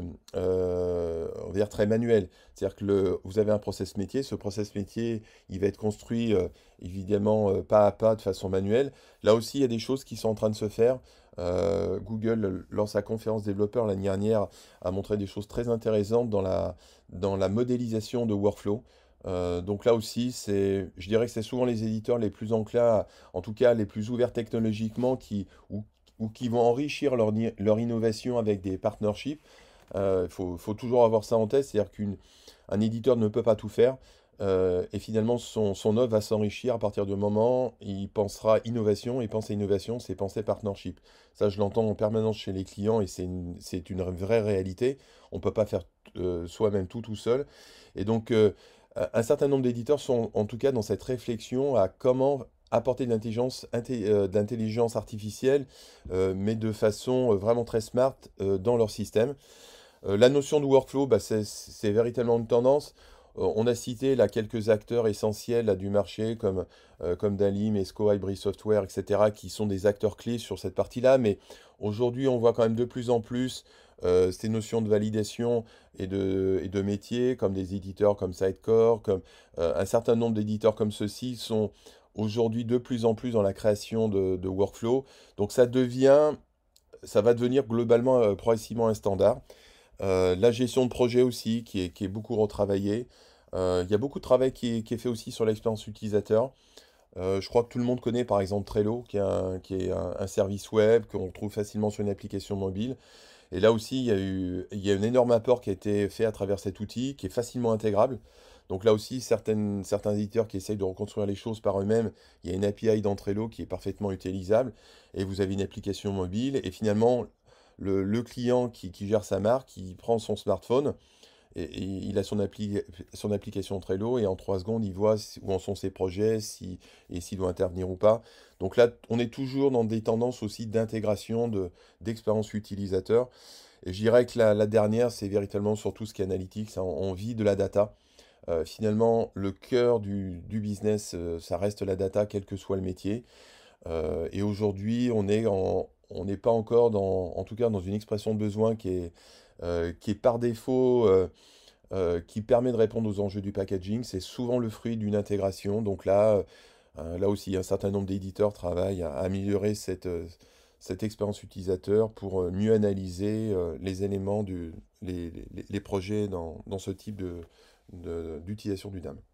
euh, on va dire très manuelles. C'est-à-dire que le, vous avez un process métier, ce process métier, il va être construit euh, évidemment euh, pas à pas de façon manuelle. Là aussi, il y a des choses qui sont en train de se faire. Euh, Google, lors de sa conférence développeur l'année dernière, a montré des choses très intéressantes dans la, dans la modélisation de workflow. Euh, donc là aussi, c'est, je dirais que c'est souvent les éditeurs les plus enclins, à- en tout cas les plus ouverts technologiquement, qui, ou, ou qui vont enrichir leur, ni- leur innovation avec des partnerships. Il faut, faut toujours avoir ça en tête, c'est-à-dire qu'un éditeur ne peut pas tout faire. Euh, et finalement, son, son œuvre va s'enrichir à partir du moment où il pensera innovation, et penser innovation, c'est penser partnership. Ça, je l'entends en permanence chez les clients, et c'est une, c'est une vraie réalité. On ne peut pas faire euh, soi-même tout tout seul. Et donc, euh, un un certain nombre d'éditeurs sont en tout cas dans cette réflexion à comment apporter de l'intelligence inté- euh, d'intelligence artificielle, euh, mais de façon euh, vraiment très smart euh, dans leur système. Euh, la notion de workflow, bah, c'est c'est véritablement une tendance. Euh, on a cité là quelques acteurs essentiels là, du marché comme, euh, comme Dalim, Esco, Hybrid Software, et cetera, qui sont des acteurs clés sur cette partie-là. Mais aujourd'hui, on voit quand même de plus en plus euh, ces notions de validation et de, et de métier, comme des éditeurs comme Sitecore, comme euh, un certain nombre d'éditeurs comme ceux-ci sont aujourd'hui de plus en plus dans la création de, de workflow. Donc ça devient, ça va devenir globalement euh, progressivement un standard. Euh, la gestion de projet aussi, qui est, qui est beaucoup retravaillée. Euh, il y a beaucoup de travail qui est, qui est fait aussi sur l'expérience utilisateur. Euh, je crois que tout le monde connaît par exemple Trello, qui est un, qui est un, un service web qu'on trouve facilement sur une application mobile. Et là aussi, il y a eu, il y a un énorme apport qui a été fait à travers cet outil, qui est facilement intégrable. Donc là aussi, certaines, certains éditeurs qui essayent de reconstruire les choses par eux-mêmes, il y a une A P I dans Trello qui est parfaitement utilisable, et vous avez une application mobile, et finalement, le, le client qui, qui gère sa marque, il prend son smartphone, et, et il a son appli, son application Trello, et en trois secondes, il voit si- où en sont ses projets, si, et s'il doit intervenir ou pas. Donc là, on est toujours dans des tendances aussi d'intégration, de, d'expérience utilisateur. Et je dirais que la, la dernière, c'est véritablement sur tout ce qui est analytics. On, on vit de la data. Euh, finalement, le cœur du, du business, euh, ça reste la data, quel que soit le métier. Euh, et aujourd'hui, on est en- on n'est pas encore dans, en tout cas, dans une expression de besoin qui est, euh, qui est par défaut, euh, euh, qui permet de répondre aux enjeux du packaging. C'est souvent le fruit d'une intégration. Donc là, euh, là aussi, un certain nombre d'éditeurs travaillent à améliorer cette, euh, cette expérience utilisateur pour euh, mieux analyser euh, les éléments du, les, les- les projets dans, dans ce type de, de- d'utilisation du D A M.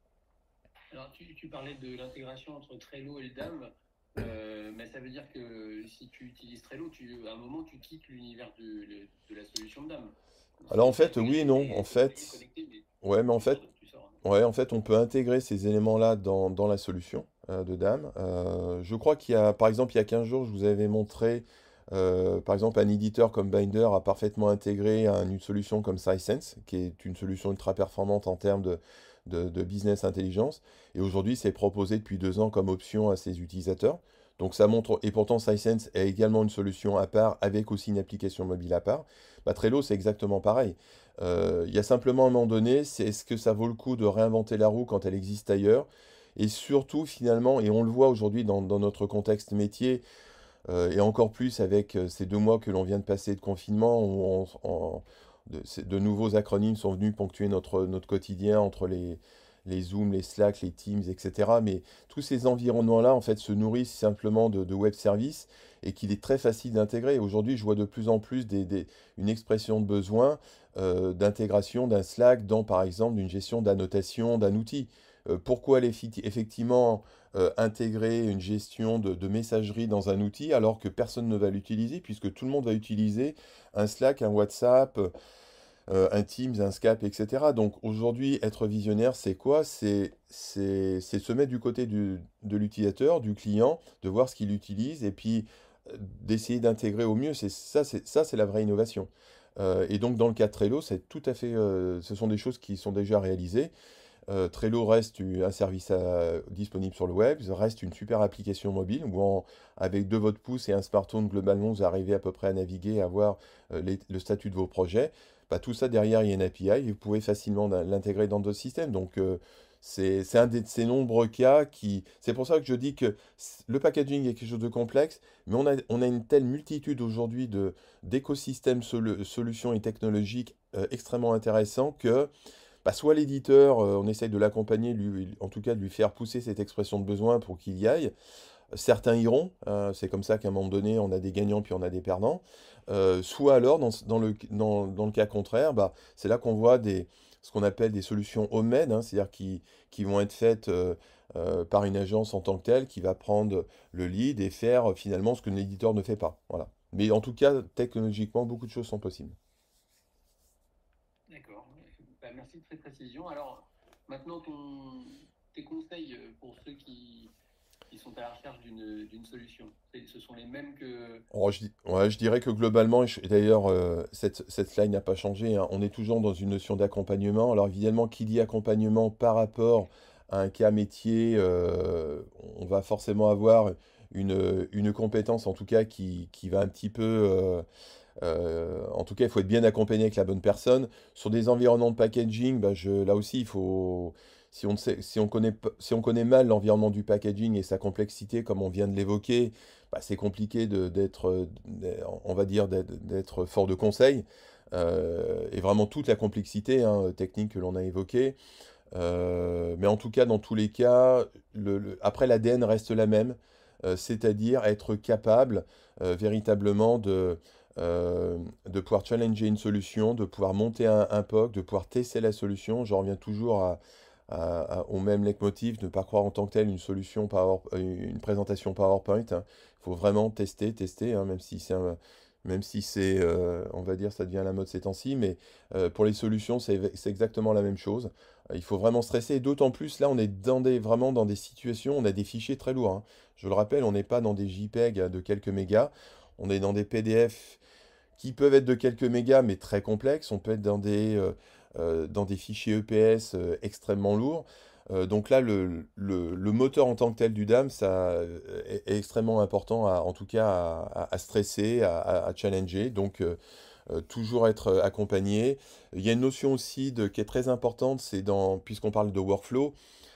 Alors, tu, tu parlais de l'intégration entre Trello et le D A M, euh, mais ça veut dire que si tu utilises Trello, tu, à un moment, tu quittes l'univers de, le- de la solution de D A M. Alors en C'est c'est fait, oui intégré, et c'est non. En des, c'est des plugins fait, connectés, mais ouais, mais en tu sors, fait, de- tu sors. Hein. ouais, en fait, on peut intégrer ces éléments-là dans, dans la solution euh, de D A M. Euh, je crois qu'il y a, par exemple, il y a quinze jours, je vous avais montré, euh, par exemple, un éditeur comme Binder a parfaitement intégré un- une solution comme SciSense, qui est une solution ultra performante en termes de, de, de business intelligence. Et aujourd'hui, c'est proposé depuis deux ans comme option à ses utilisateurs. Donc ça montre, et pourtant SciSense est également une solution à part, avec aussi une application mobile à part. Bah, Trello, c'est exactement pareil. Euh, Il y a simplement un moment donné, c'est est-ce que ça vaut le coup de réinventer la roue quand elle existe ailleurs? Et surtout, finalement, et on le voit aujourd'hui dans, dans notre contexte métier, euh, et encore plus avec euh, ces deux mois que l'on vient de passer de confinement, où on- on- de, ces- de nouveaux acronymes sont venus ponctuer notre, notre quotidien entre les, les Zoom, les Slack, les Teams, et cetera. Mais tous ces environnements-là, en fait, se nourrissent simplement de, de web services et qu'il est très facile d'intégrer. Aujourd'hui, je vois de plus en plus des, des- une expression de besoin euh, d'intégration d'un Slack dans, par exemple, une gestion d'annotation d'un outil. Euh, pourquoi aller effi- effectivement euh, intégrer une gestion de, de messagerie dans un outil alors que personne ne va l'utiliser, puisque tout le monde va utiliser un Slack, un WhatsApp, euh, un Teams, un Skype, et cetera. Donc aujourd'hui, être visionnaire, c'est quoi? C'est c'est c'est se mettre du côté du- de l'utilisateur, du client, de voir ce qu'il utilise et puis euh, d'essayer d'intégrer au mieux. C'est ça, c'est ça, c'est la vraie innovation. Euh, et donc dans le cas de Trello, c'est tout à fait, euh, ce sont des choses qui sont déjà réalisées. Euh, Trello reste u- un service à- disponible sur le web, reste une super application mobile où en- avec deux votre pouce et un smartphone, globalement, vous arrivez à peu près à naviguer, à voir euh, les- le statut de vos projets. Bah, tout ça derrière, il y a une A P I et vous pouvez facilement la- l'intégrer dans d'autres systèmes. Donc, euh, c'est c'est un de ces nombreux cas qui. C'est pour ça que je dis que c- le packaging est quelque chose de complexe, mais on a, on a une telle multitude aujourd'hui de d'écosystèmes, solu- solutions et technologiques euh, extrêmement intéressants que bah, soit l'éditeur, euh, on essaye de l'accompagner, lui, en tout cas de lui faire pousser cette expression de besoin pour qu'il y aille. Certains iront, euh, c'est comme ça qu'à un moment donné, on a des gagnants puis on a des perdants. Euh, soit alors, dans, ce- dans le, dans, dans le cas contraire, bah, c'est là qu'on voit des, ce qu'on appelle des solutions homemade, hein, c'est-à-dire qui, qui vont être faites euh, euh, par une agence en tant que telle, qui va prendre le lead et faire euh, finalement ce que l'éditeur ne fait pas. Voilà. Mais en tout cas, technologiquement, beaucoup de choses sont possibles. D'accord. Bah, merci de cette précision. Alors, maintenant, ton, tes conseils euh, pour ceux qui, qui sont à la recherche d'une d'une solution, c'est- ce sont les mêmes que... Oh, je, dis- ouais, je dirais que globalement, et je- et d'ailleurs, euh, cette, cette slide n'a pas changé, hein, on est toujours dans une notion d'accompagnement. Alors évidemment, qui dit accompagnement par rapport à un cas métier, euh, on va forcément avoir une, une compétence, en tout cas, qui, qui va un petit peu... euh, euh, en tout cas, il faut être bien accompagné avec la bonne personne. Sur des environnements de packaging, bah, je, là aussi, il faut... Si on, ne sait- si on connaît, p- si on connaît mal l'environnement du packaging et sa complexité, comme on vient de l'évoquer, bah, c'est compliqué de- d'être, euh, d'être- on va dire, d'être d'être fort de conseil. Euh, et vraiment toute la complexité hein, technique que l'on a évoquée. Euh, mais en tout cas, dans tous les cas, le, le- après l'A D N reste la même, euh, c'est-à-dire être capable euh, véritablement de, euh, de pouvoir challenger une solution, de pouvoir monter un, un P O C, de pouvoir tester la solution. Je reviens toujours à, à- à- au même leitmotiv, de ne pas croire en tant que tel une solution Power- une présentation PowerPoint. Il faut vraiment tester, tester, hein, même si c'est un- même si c'est, euh, on va dire, ça devient la mode ces temps-ci, mais euh, pour les solutions, c'est c'est exactement la même chose. Euh, Il faut vraiment stresser, et d'autant plus là, on est dans des, vraiment dans des situations, on a des fichiers très lourds, hein. Je le rappelle, on n'est pas dans des JPEG de quelques mégas, on est dans des P D F qui peuvent être de quelques mégas, mais très complexes. On peut être dans des, euh, euh, dans des fichiers E P S euh, extrêmement lourds. Euh, donc là, le, le- le moteur en tant que tel du D A M, ça euh, est, est extrêmement important, à- en tout cas à, à- à stresser, à, à- à challenger. Donc euh, euh, toujours être euh, accompagné. Il y a une notion aussi de, qui est très importante, c'est dans, puisqu'on parle de workflow,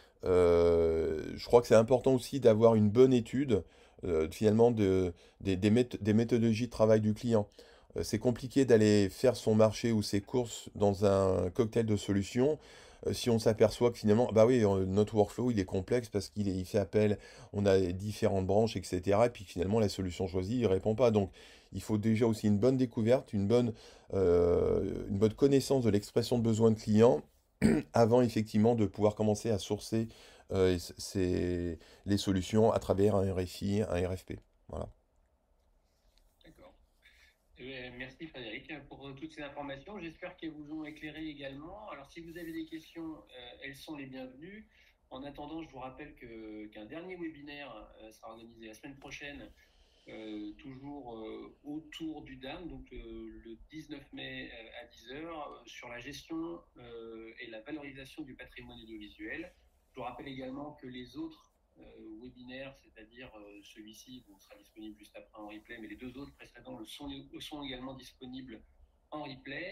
euh, je crois que c'est important aussi d'avoir une bonne étude euh, finalement de, des, des méth- des méthodologies de travail du client. Euh, c'est compliqué d'aller faire son marché ou ses courses dans un cocktail de solutions euh, si on s'aperçoit que finalement, bah oui, euh, notre workflow il est complexe parce qu'il est- il fait appel, on a différentes branches, et cetera. Et puis finalement, la solution choisie, il répond pas. Donc, il faut déjà aussi une bonne découverte, une bonne, euh, une bonne connaissance de l'expression de besoin de client avant effectivement de pouvoir commencer à sourcer euh, c- ces- les solutions à travers un R F I, un R F P. Voilà. D'accord. Eh bien, merci Frédéric pour euh, toutes ces informations. J'espère qu'elles vous ont éclairé également. Alors, si vous avez des questions, euh, elles sont les bienvenues. En attendant, je vous rappelle que, qu'un dernier webinaire euh, sera organisé la semaine prochaine, euh, toujours euh, autour du D A M, donc euh, le dix-neuf mai euh, à dix heures, euh, sur la gestion euh, et la valorisation du patrimoine audiovisuel. Je vous rappelle également que les autres euh, webinaires, c'est-à-dire euh, celui-ci, bon, sera disponible juste après en replay, mais les deux autres précédents le sont, sont également disponibles en replay.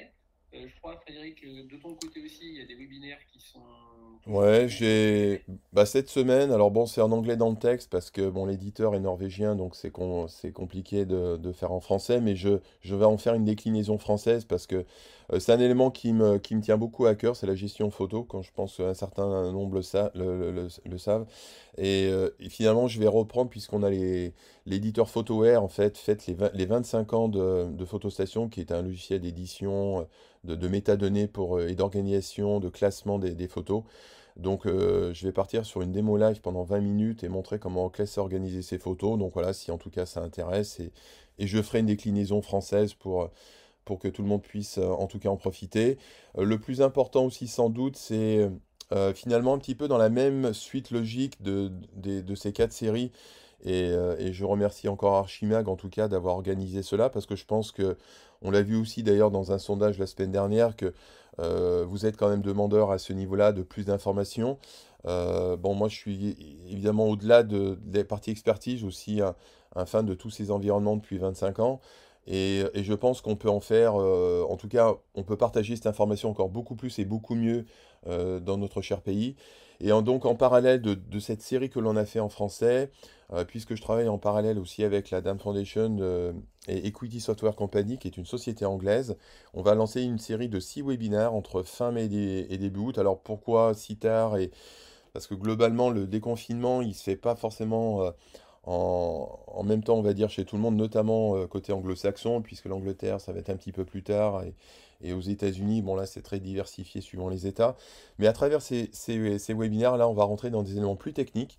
Euh, je crois, Frédéric, euh, de ton côté aussi, il y a des webinaires qui sont toujours Ouais, prévus pour cet j'ai été. bah, cette semaine, alors bon, c'est en anglais dans le texte parce que bon, l'éditeur est norvégien, donc c'est com- c'est compliqué de, de faire en français, mais je, je vais en faire une déclinaison française parce que euh, c'est un élément qui me, qui me tient beaucoup à cœur, c'est la gestion photo, quand je pense qu'un certain nombre le, sa- le, le- le- le savent. Et, euh, et finalement, je vais reprendre, puisqu'on a les, l'éditeur PhotoWare, en fait, fête les, vingt les vingt-cinq ans de, de PhotoStation, qui est un logiciel d'édition, euh, de, de métadonnées pour, euh, et d'organisation, de classement des des photos. Donc, euh, je vais partir sur une démo live pendant vingt minutes et montrer comment Onclès a organisé ses photos. Donc voilà, si en tout cas ça intéresse. Et, et je ferai une déclinaison française pour, pour que tout le monde puisse euh, en tout cas en profiter. Euh, le plus important aussi sans doute, c'est euh, finalement un petit peu dans la même suite logique de, de, de ces quatre séries. Et, euh, et je remercie encore Archimag en tout cas d'avoir organisé cela parce que je pense que, on l'a vu aussi d'ailleurs dans un sondage la semaine dernière, que euh, vous êtes quand même demandeur à ce niveau-là de plus d'informations. Euh, bon, moi je suis évidemment au-delà de, des parties expertise aussi un, un fan de tous ces environnements depuis vingt-cinq ans. Et, et je pense qu'on peut en faire, euh, en tout cas, on peut partager cette information encore beaucoup plus et beaucoup mieux euh, dans notre cher pays. Et en- donc en parallèle de, de cette série que l'on a fait en français, euh, puisque je travaille en parallèle aussi avec la Dam Foundation euh, et Equity Software Company, qui est une société anglaise, on va lancer une série de six webinaires entre fin mai et, dé- et début août. Alors pourquoi si tard? Et parce que globalement, le déconfinement, il se fait pas forcément euh, en, en même temps, on va dire, chez tout le monde, notamment euh, côté anglo-saxon, puisque l'Angleterre, ça va être un petit peu plus tard. Et, et aux États-Unis, bon là, c'est très diversifié suivant les États. Mais à travers ces, ces, ces webinaires, là, on va rentrer dans des éléments plus techniques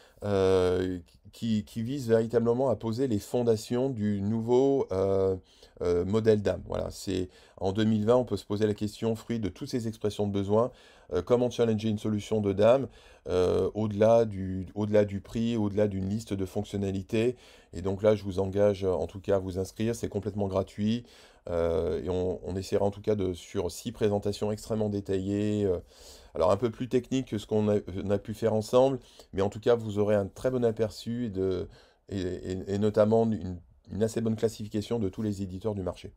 euh, qui, qui vise véritablement à poser les fondations du nouveau euh, euh, modèle d'âme. Voilà, c'est en deux mille vingt, on peut se poser la question, fruit de toutes ces expressions de besoin, euh, comment challenger une solution de dame euh, au-delà du, au-delà du prix, au-delà d'une liste de fonctionnalités. Et donc là, je vous engage euh, en tout cas à vous inscrire, c'est complètement gratuit. Euh, et on, on essaiera en tout cas de, sur six présentations extrêmement détaillées, euh, alors un peu plus technique que ce qu'on a, on a pu faire ensemble, mais en tout cas vous aurez un très bon aperçu de, et, et- et notamment une, une assez bonne classification de tous les éditeurs du marché.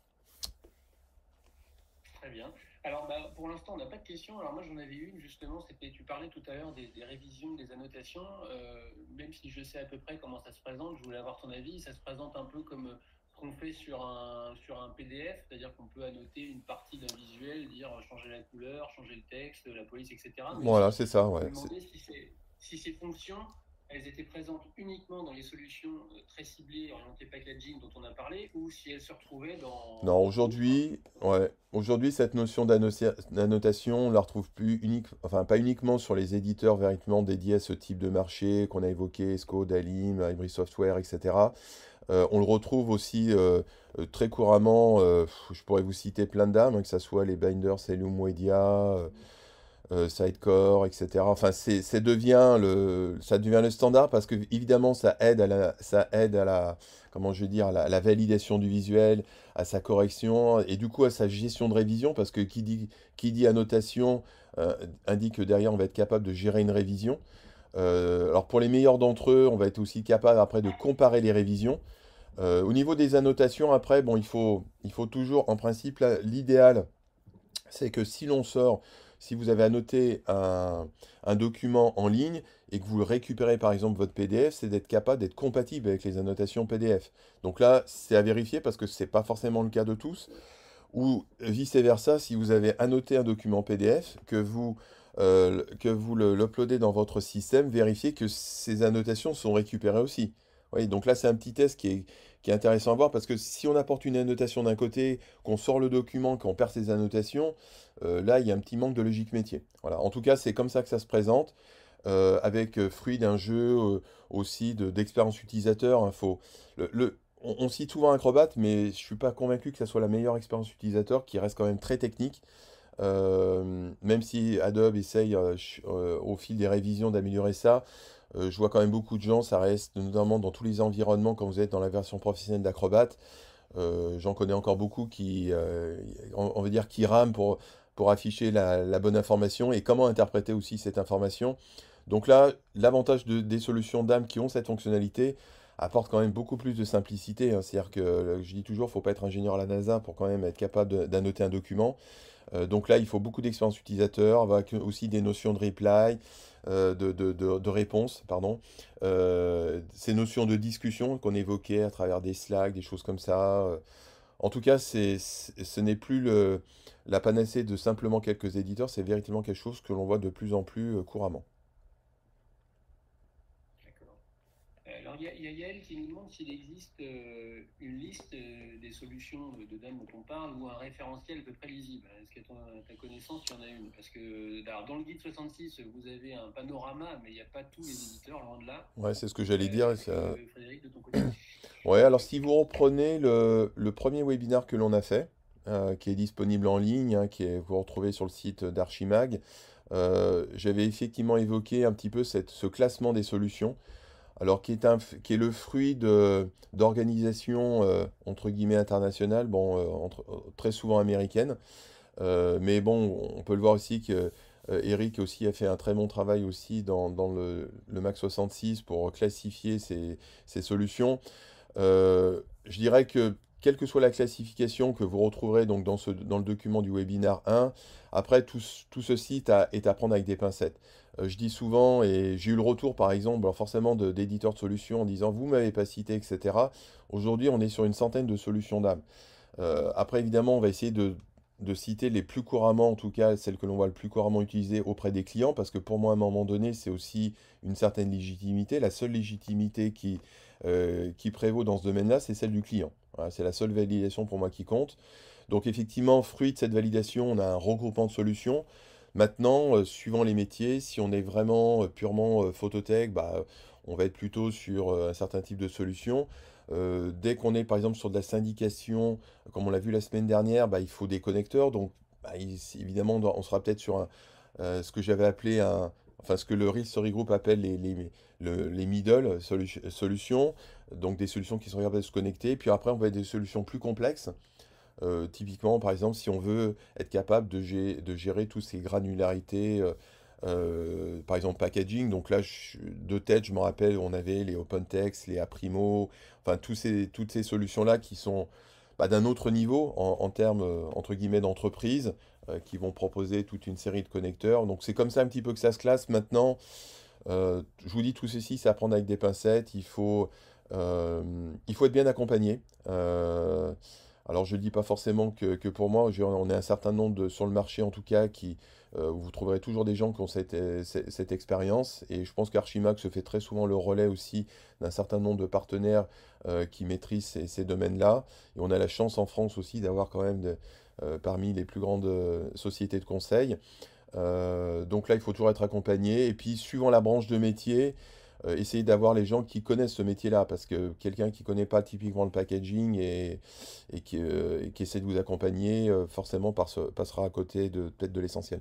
Très bien. Alors, bah, pour l'instant, on n'a pas de questions. Alors, moi, j'en avais une, justement. C'était, tu parlais tout à l'heure des, des révisions, des annotations. Euh, même si je sais à peu près comment ça se présente, je voulais avoir ton avis. Ça se présente un peu comme euh, ce qu'on fait sur un, sur un P D F, c'est-à-dire qu'on peut annoter une partie d'un visuel, dire euh, changer la couleur, changer le texte, la police, et cetera. Mais Voilà, aussi, c'est ça, je me ouais. C'est- demandais si, c'est, si ces fonctions, elles étaient présentes uniquement dans les solutions euh, très ciblées, orientées packaging dont on a parlé, ou si elles se retrouvaient dans, Non, dans d'autres. aujourd'hui, ouais, aujourd'hui, cette notion d'annocia- d'annotation, on la retrouve plus unique, enfin pas uniquement sur les éditeurs véritablement dédiés à ce type de marché qu'on a évoqué, Esco, Dalim, Hybrid Software, et cetera. Euh, on le retrouve aussi euh, euh, très couramment, euh, pff, je pourrais vous citer plein de dames, hein, que ce soit les binders Cellum Media, euh, euh, Sidecore, et cetera. Enfin, c'est, c'est devient le, ça devient le standard parce que évidemment, ça aide à la, ça aide à la, comment je veux dire, à la, à la validation du visuel, à sa correction et du coup à sa gestion de révision parce que qui dit, qui dit annotation euh, indique que derrière on va être capable de gérer une révision. Euh, alors pour les meilleurs d'entre eux, on va être aussi capable après de comparer les révisions. Euh, au niveau des annotations, après, bon, il faut, il faut toujours, en principe, là, l'idéal, c'est que si l'on sort, si vous avez annoté un, un document en ligne et que vous récupérez par exemple votre P D F, c'est d'être capable d'être compatible avec les annotations P D F. Donc là, c'est à vérifier parce que ce n'est pas forcément le cas de tous. Ou vice-versa, si vous avez annoté un document P D F, que vous, euh, que vous le- l'uploadez dans votre système, vérifiez que ces annotations sont récupérées aussi. Oui, donc là, c'est un petit test qui est, qui est intéressant à voir parce que si on apporte une annotation d'un côté, qu'on sort le document, qu'on perd ses annotations, euh, là, il y a un petit manque de logique métier. Voilà. En tout cas, c'est comme ça que ça se présente, euh, avec euh, fruit d'un jeu euh, aussi de- d'expérience utilisateur. Hein. Faut- le, le- on, on cite souvent Acrobat, mais je suis pas convaincu que ça soit la meilleure expérience utilisateur, qui reste quand même très technique. Euh, même si Adobe essaye euh, ch- euh, au fil des révisions d'améliorer ça, euh, je vois quand même beaucoup de gens, ça reste notamment dans tous les environnements quand vous êtes dans la version professionnelle d'Acrobat. Euh, j'en connais encore beaucoup qui, euh, on, on va dire, qui rament pour, pour afficher la, la bonne information et comment interpréter aussi cette information. Donc là, l'avantage de- des solutions d'âme qui ont cette fonctionnalité, apporte quand même beaucoup plus de simplicité, hein. C'est-à-dire que euh, je dis toujours, il ne faut pas être ingénieur à la NASA pour quand même être capable de- d'annoter un document. Euh, donc là, il faut beaucoup d'expérience utilisateur, avec aussi des notions de reply, euh, de, de- de- de réponse, pardon. Euh, ces notions de discussion qu'on évoquait à travers des Slack, des choses comme ça. euh. En tout cas, c'est, c'est- ce n'est plus le, la panacée de simplement quelques éditeurs, c'est véritablement quelque chose que l'on voit de plus en plus euh, couramment. D'accord. Euh, Alors, il y, a il y a Yael qui nous demande s'il existe euh, une liste euh, des solutions de, de D A M dont on parle ou un référentiel à peu près lisible. Est-ce qu'à ton- à ta connaissance, il y en a une? Parce que alors, dans le guide soixante-six, vous avez un panorama, mais il n'y a pas tous les éditeurs, loin de là. Ouais, c'est ce que j'allais Euh, dire. et Est-ce ça- que, Frédéric, de ton côté? Ouais, alors si vous reprenez le, le premier webinaire que l'on a fait, euh, qui est disponible en ligne, hein, qui est, vous retrouvez sur le site d'Archimag, euh, j'avais effectivement évoqué un petit peu cette, ce classement des solutions, alors qui est, un, f- qui est le fruit de, d'organisations euh, entre guillemets internationales, bon, euh, entre- euh, très souvent américaines. Euh, mais bon, on peut le voir aussi que euh, Eric aussi a fait un très bon travail aussi dans, dans le, le Mac soixante-six pour classifier ces, ces solutions. Euh, je dirais que quelle que soit la classification que vous retrouverez donc dans ce, dans le document du webinaire un, après tout, ce- tout ceci est à, est à prendre avec des pincettes. Euh, je dis souvent, et j'ai eu le retour par exemple, alors forcément de- d'éditeurs de solutions en disant vous m'avez pas cité, et cetera. Aujourd'hui, on est sur une centaine de solutions d'âme. Euh, après, évidemment, on va essayer de, de citer les plus couramment, en tout cas celles que l'on voit le plus couramment utilisées auprès des clients, parce que pour moi, à un moment donné, c'est aussi une certaine légitimité. La seule légitimité qui, euh, qui prévaut dans ce domaine-là, c'est celle du client. Voilà, c'est la seule validation pour moi qui compte. Donc effectivement, fruit de cette validation, on a un regroupement de solutions. Maintenant, euh, suivant les métiers, si on est vraiment euh, purement euh, phototech, bah, on va être plutôt sur euh, un certain type de solution. Euh, dès qu'on est par exemple sur de la syndication, comme on l'a vu la semaine dernière, bah, il faut des connecteurs. Donc bah, il- évidemment, on doit- on sera peut-être sur un, euh, ce que j'avais appelé un, enfin ce que le Real Story Group appelle les, les, le- les middle solu- solutions, donc des solutions qui sont capables de se connecter. Puis après, on va être des solutions plus complexes. Euh, typiquement, par exemple, si on veut être capable de, gé- de gérer toutes ces granularités, euh, euh, par exemple packaging, donc là, je- de tête, je me rappelle, on avait les OpenText, les Aprimo, enfin tous ces, toutes ces solutions-là qui sont bah, d'un autre niveau en, en termes, euh, entre guillemets, d'entreprise, euh, qui vont proposer toute une série de connecteurs. Donc c'est comme ça un petit peu que ça se classe maintenant. Euh, je vous dis tout ceci, c'est à prendre avec des pincettes. Il faut, euh, il faut être bien accompagné. Euh, alors je ne dis pas forcément que, que pour moi, j'ai- on est un certain nombre de, sur le marché en tout cas qui, euh, où vous trouverez toujours des gens qui ont cette, euh, cette, cette expérience. Et je pense qu'Archimax se fait très souvent le relais aussi d'un certain nombre de partenaires euh, qui maîtrisent ces, ces domaines-là. Et on a la chance en France aussi d'avoir quand même de- euh, parmi les plus grandes euh, sociétés de conseil. Euh, donc là, il faut toujours être accompagné. Et puis, suivant la branche de métier, euh, essayer d'avoir les gens qui connaissent ce métier-là. Parce que quelqu'un qui ne connaît pas typiquement le packaging et, et qui, euh, et qui essaie de vous accompagner, euh, forcément passe- passera à côté de peut-être de l'essentiel.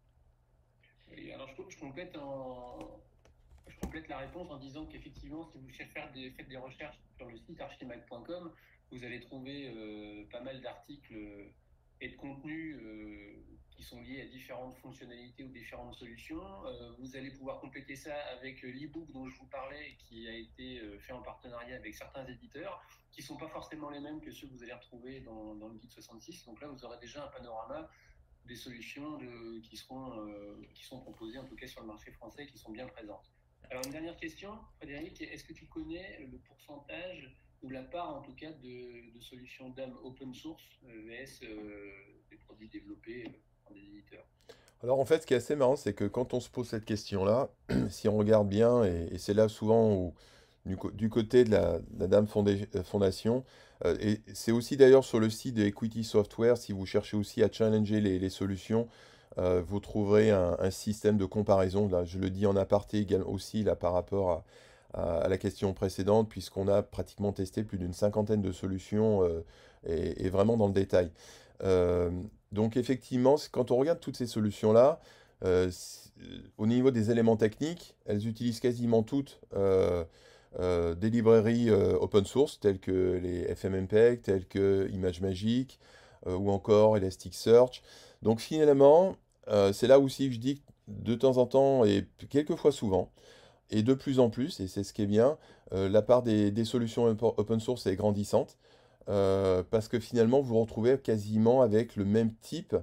Et alors, je, je complète en, je complète la réponse en disant qu'effectivement, si vous cherchez faire des, faites des recherches sur le site archimag point com, vous allez trouver euh, pas mal d'articles euh, et de contenus euh, qui sont liés à différentes fonctionnalités ou différentes solutions. Euh, vous allez pouvoir compléter ça avec euh, l'e-book dont je vous parlais et qui a été euh, fait en partenariat avec certains éditeurs qui ne sont pas forcément les mêmes que ceux que vous allez retrouver dans, dans le guide soixante-six. Donc là, vous aurez déjà un panorama des solutions de, qui, seront, euh, qui sont proposées, en tout cas sur le marché français, qui sont bien présentes. Alors, une dernière question, Frédéric, est-ce que tu connais le pourcentage ou la part, en tout cas, de, de solutions D A M open source euh, vs euh, des produits développés euh, par des éditeurs? Alors en fait, ce qui est assez marrant, c'est que quand on se pose cette question-là, si on regarde bien, et, et c'est là souvent où, du, co- du côté de la, de la Dame Fondé- euh, Fondation, euh, et c'est aussi d'ailleurs sur le site de Equity Software, si vous cherchez aussi à challenger les, les solutions, euh, vous trouverez un, un système de comparaison. Là, je le dis en aparté également aussi là, par rapport à, à- à la question précédente, puisqu'on a pratiquement testé plus d'une cinquantaine de solutions euh, et, et vraiment dans le détail. Euh, donc effectivement, c'est- quand on regarde toutes ces solutions-là, euh, c'est- au niveau des éléments techniques, elles utilisent quasiment toutes euh, euh, des librairies euh, open source telles que les FFmpeg, telles que ImageMagick euh, ou encore Elasticsearch. Donc finalement, euh, c'est là aussi que je dis que de temps en temps et quelquefois souvent, Et de plus en plus, et c'est ce qui est bien, euh, la part des, des solutions open open source est grandissante, euh, parce que finalement, vous vous retrouvez quasiment avec le même type,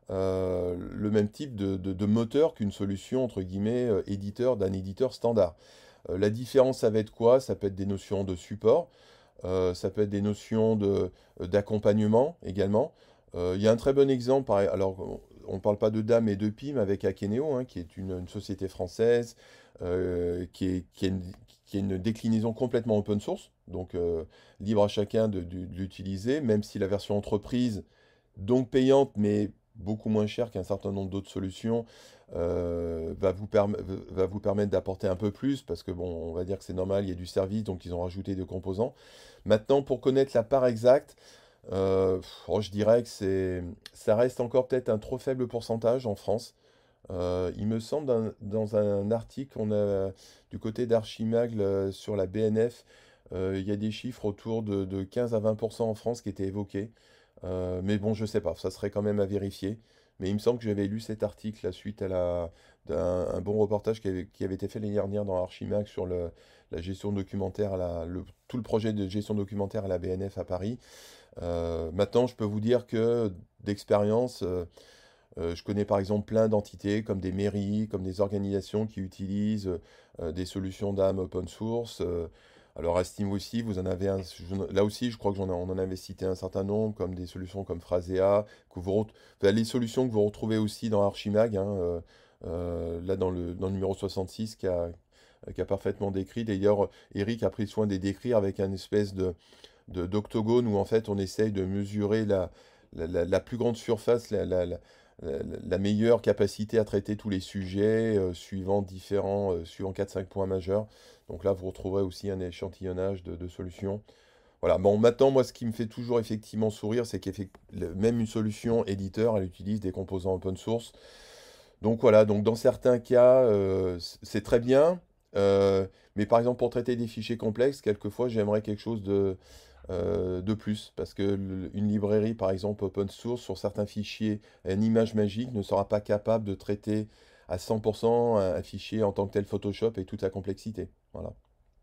euh, le même type de, de- de moteur qu'une solution, entre guillemets, euh, éditeur d'un éditeur standard. Euh, la différence, ça va être quoi? Ça peut être des notions de support, euh, ça peut être des notions de, d'accompagnement également. Euh, Il y a un très bon exemple, par- alors on ne parle pas de D A M et de P I M avec Akeneo, hein, qui est une, une société française, euh, qui est, qui a une, qui a une déclinaison complètement open source, donc euh, libre à chacun de, de- de l'utiliser, même si la version entreprise, donc payante, mais beaucoup moins chère qu'un certain nombre d'autres solutions, euh, va vous perm- va vous permettre d'apporter un peu plus, parce que bon, on va dire que c'est normal, il y a du service, donc ils ont rajouté des composants. Maintenant, pour connaître la part exacte, euh, pff, oh, je dirais que c'est, ça reste encore peut-être un trop faible pourcentage en France. Euh, il me semble dans, dans un article qu'on a du côté d'Archimag euh, sur la B N F, euh, il y a des chiffres autour de, de quinze à vingt pour cent en France qui étaient évoqués. Euh, mais bon, je sais pas, ça serait quand même à vérifier. Mais il me semble que j'avais lu cet article la suite à la, d'un un bon reportage qui avait, qui avait été fait l'année dernière dans Archimag sur le, la gestion documentaire, à la, le, tout le projet de gestion documentaire à la B N F à Paris. Euh, maintenant, je peux vous dire que d'expérience, euh, euh, je connais par exemple plein d'entités comme des mairies, comme des organisations qui utilisent euh, des solutions d'âme open source. Euh, alors à ce niveau-ci, vous en avez un, je- là aussi, je crois que j'en ai- on en avait cité un certain nombre, comme des solutions comme Phrasea, que vous ret- enfin, les solutions que vous retrouvez aussi dans Archimag, hein, euh, euh, là dans le, dans le numéro soixante-six qui a, qui a parfaitement décrit. D'ailleurs, Eric a pris soin de les décrire avec un espèce de, de- d'octogone où en fait on essaye de mesurer la, la, la- la plus grande surface, la, la- la- la- la meilleure capacité à traiter tous les sujets, euh, suivant différents, euh, suivant quatre cinq points majeurs. Donc là, vous retrouverez aussi un échantillonnage de, de solutions. Voilà. Bon, maintenant, moi, ce qui me fait toujours effectivement sourire, c'est que même une solution éditeur, elle utilise des composants open source. Donc voilà, donc dans certains cas, euh, c- c'est très bien. Euh, mais par exemple, pour traiter des fichiers complexes, quelquefois, j'aimerais quelque chose de, euh, de plus. Parce que le- une librairie, par exemple, open source, sur certains fichiers, une image magique ne sera pas capable de traiter à cent pour cent un, un fichier en tant que tel Photoshop et toute sa complexité. Voilà.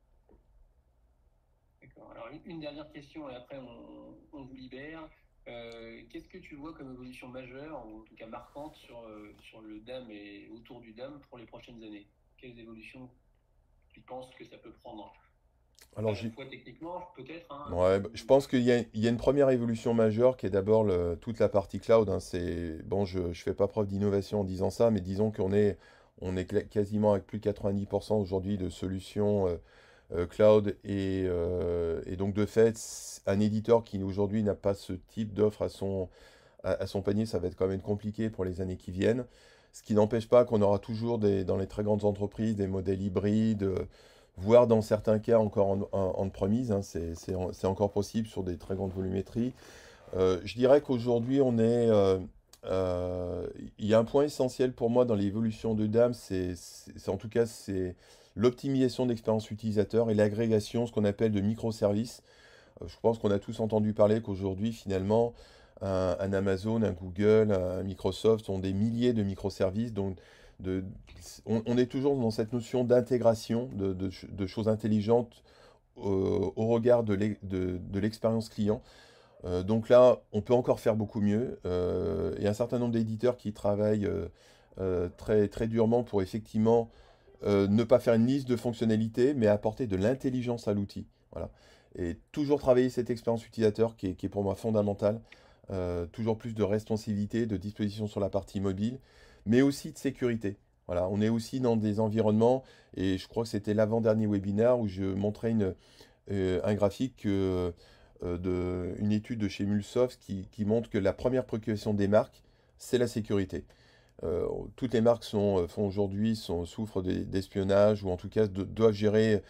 D'accord. Alors, une, une dernière question et après on, on vous libère. Euh, qu'est-ce que tu vois comme évolution majeure, ou en tout cas marquante, sur, euh, sur le D A M et autour du D A M pour les prochaines années? Quelles évolutions tu penses que ça peut prendre? Alors, À la j'ai fois techniquement, peut-être, hein, Ouais, bah, je ou- pense qu'il y a, il y a une première évolution majeure qui est d'abord le- toute la partie cloud, hein. C'est, bon, je ne fais pas preuve d'innovation en disant ça, mais disons qu'on est, on est cla- quasiment avec plus de quatre-vingt-dix pour cent aujourd'hui de solutions euh, euh, cloud. Et, euh, et donc, de fait, c- un éditeur qui aujourd'hui n'a pas ce type d'offre à son, à, à son panier, ça va être quand même compliqué pour les années qui viennent. Ce qui n'empêche pas qu'on aura toujours des, dans les très grandes entreprises des modèles hybrides, euh, voire dans certains cas encore en, en, on-premise, hein, c'est c'est en- c'est encore possible sur des très grandes volumétries. Euh, je dirais qu'aujourd'hui, on est, euh, euh, il y a un point essentiel pour moi dans l'évolution de D A M, c'est c'est- c'est- en tout cas c'est l'optimisation d'expérience utilisateur et l'agrégation, ce qu'on appelle de microservices. Euh, Je pense qu'on a tous entendu parler qu'aujourd'hui, finalement, un, un Amazon, un Google, un Microsoft sont des milliers de microservices. Donc, de, on, on est toujours dans cette notion d'intégration, de, de ch- de choses intelligentes au, au regard de l'e- de- de l'expérience client. Euh, donc là, on peut encore faire beaucoup mieux. Euh, il y a un certain nombre d'éditeurs qui travaillent euh, euh, très, très durement pour effectivement euh, ne pas faire une liste de fonctionnalités, mais apporter de l'intelligence à l'outil. Voilà. Et toujours travailler cette expérience utilisateur qui est, qui est pour moi fondamentale. Euh, toujours plus de responsabilité, de disposition sur la partie mobile, mais aussi de sécurité. Voilà, on est aussi dans des environnements, et je crois que c'était l'avant-dernier webinaire où je montrais une, euh, un graphique euh, euh, de, une étude de chez Mulsoft qui, qui montre que la première préoccupation des marques, c'est la sécurité. Euh, toutes les marques sont, euh, font aujourd'hui sont, souffrent d'e- d'espionnage ou en tout cas de- doivent gérer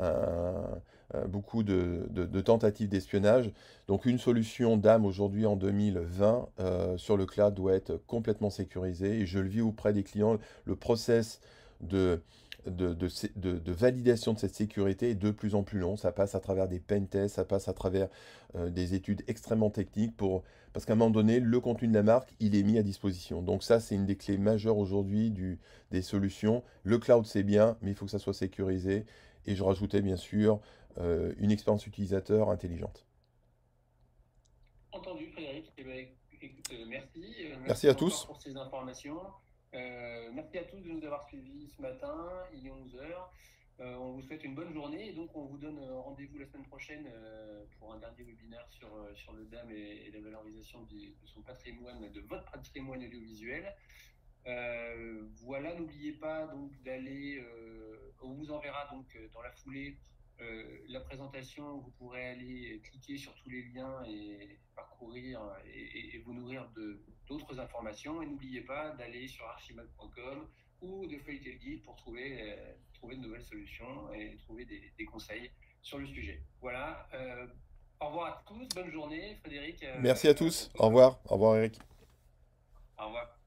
un- un- beaucoup de, de- de tentatives d'espionnage. Donc une solution D A M aujourd'hui en deux mille vingt euh, sur le cloud doit être complètement sécurisée et je le vis auprès des clients. Le process de, de, de, sé- de- de validation de cette sécurité est de plus en plus long. Ça passe à travers des pen tests, ça passe à travers euh, des études extrêmement techniques pour, parce qu'à un moment donné, le contenu de la marque, il est mis à disposition. Donc ça, c'est une des clés majeures aujourd'hui du, des solutions. Le cloud, c'est bien, mais il faut que ça soit sécurisé. Et je rajoutais bien sûr euh, une expérience utilisateur intelligente. Entendu, Frédéric. Eh ben, écoute, euh, merci. Euh, Merci à merci encore tous. pour ces informations. Euh, merci à tous de nous avoir suivis ce matin. Il est onze heures. Euh, on vous souhaite une bonne journée et donc on vous donne euh, rendez-vous la semaine prochaine euh, pour un dernier webinaire sur, euh, sur le D A M et, et la valorisation du- de son patrimoine, de votre patrimoine audiovisuel. Euh, voilà, n'oubliez pas donc d'aller, euh, on vous enverra donc euh, dans la foulée euh, la présentation. Vous pourrez aller cliquer sur tous les liens et parcourir et, et- et vous nourrir de d'autres informations. Et n'oubliez pas d'aller sur archimag point com ou de feuilleter le guide pour trouver, euh, trouver de nouvelles solutions et trouver des, des conseils sur le sujet. Voilà. Euh, au revoir à tous, bonne journée, Frédéric. Merci à Euh, à tous. bientôt Au alors. revoir. Au revoir, Eric. Au revoir.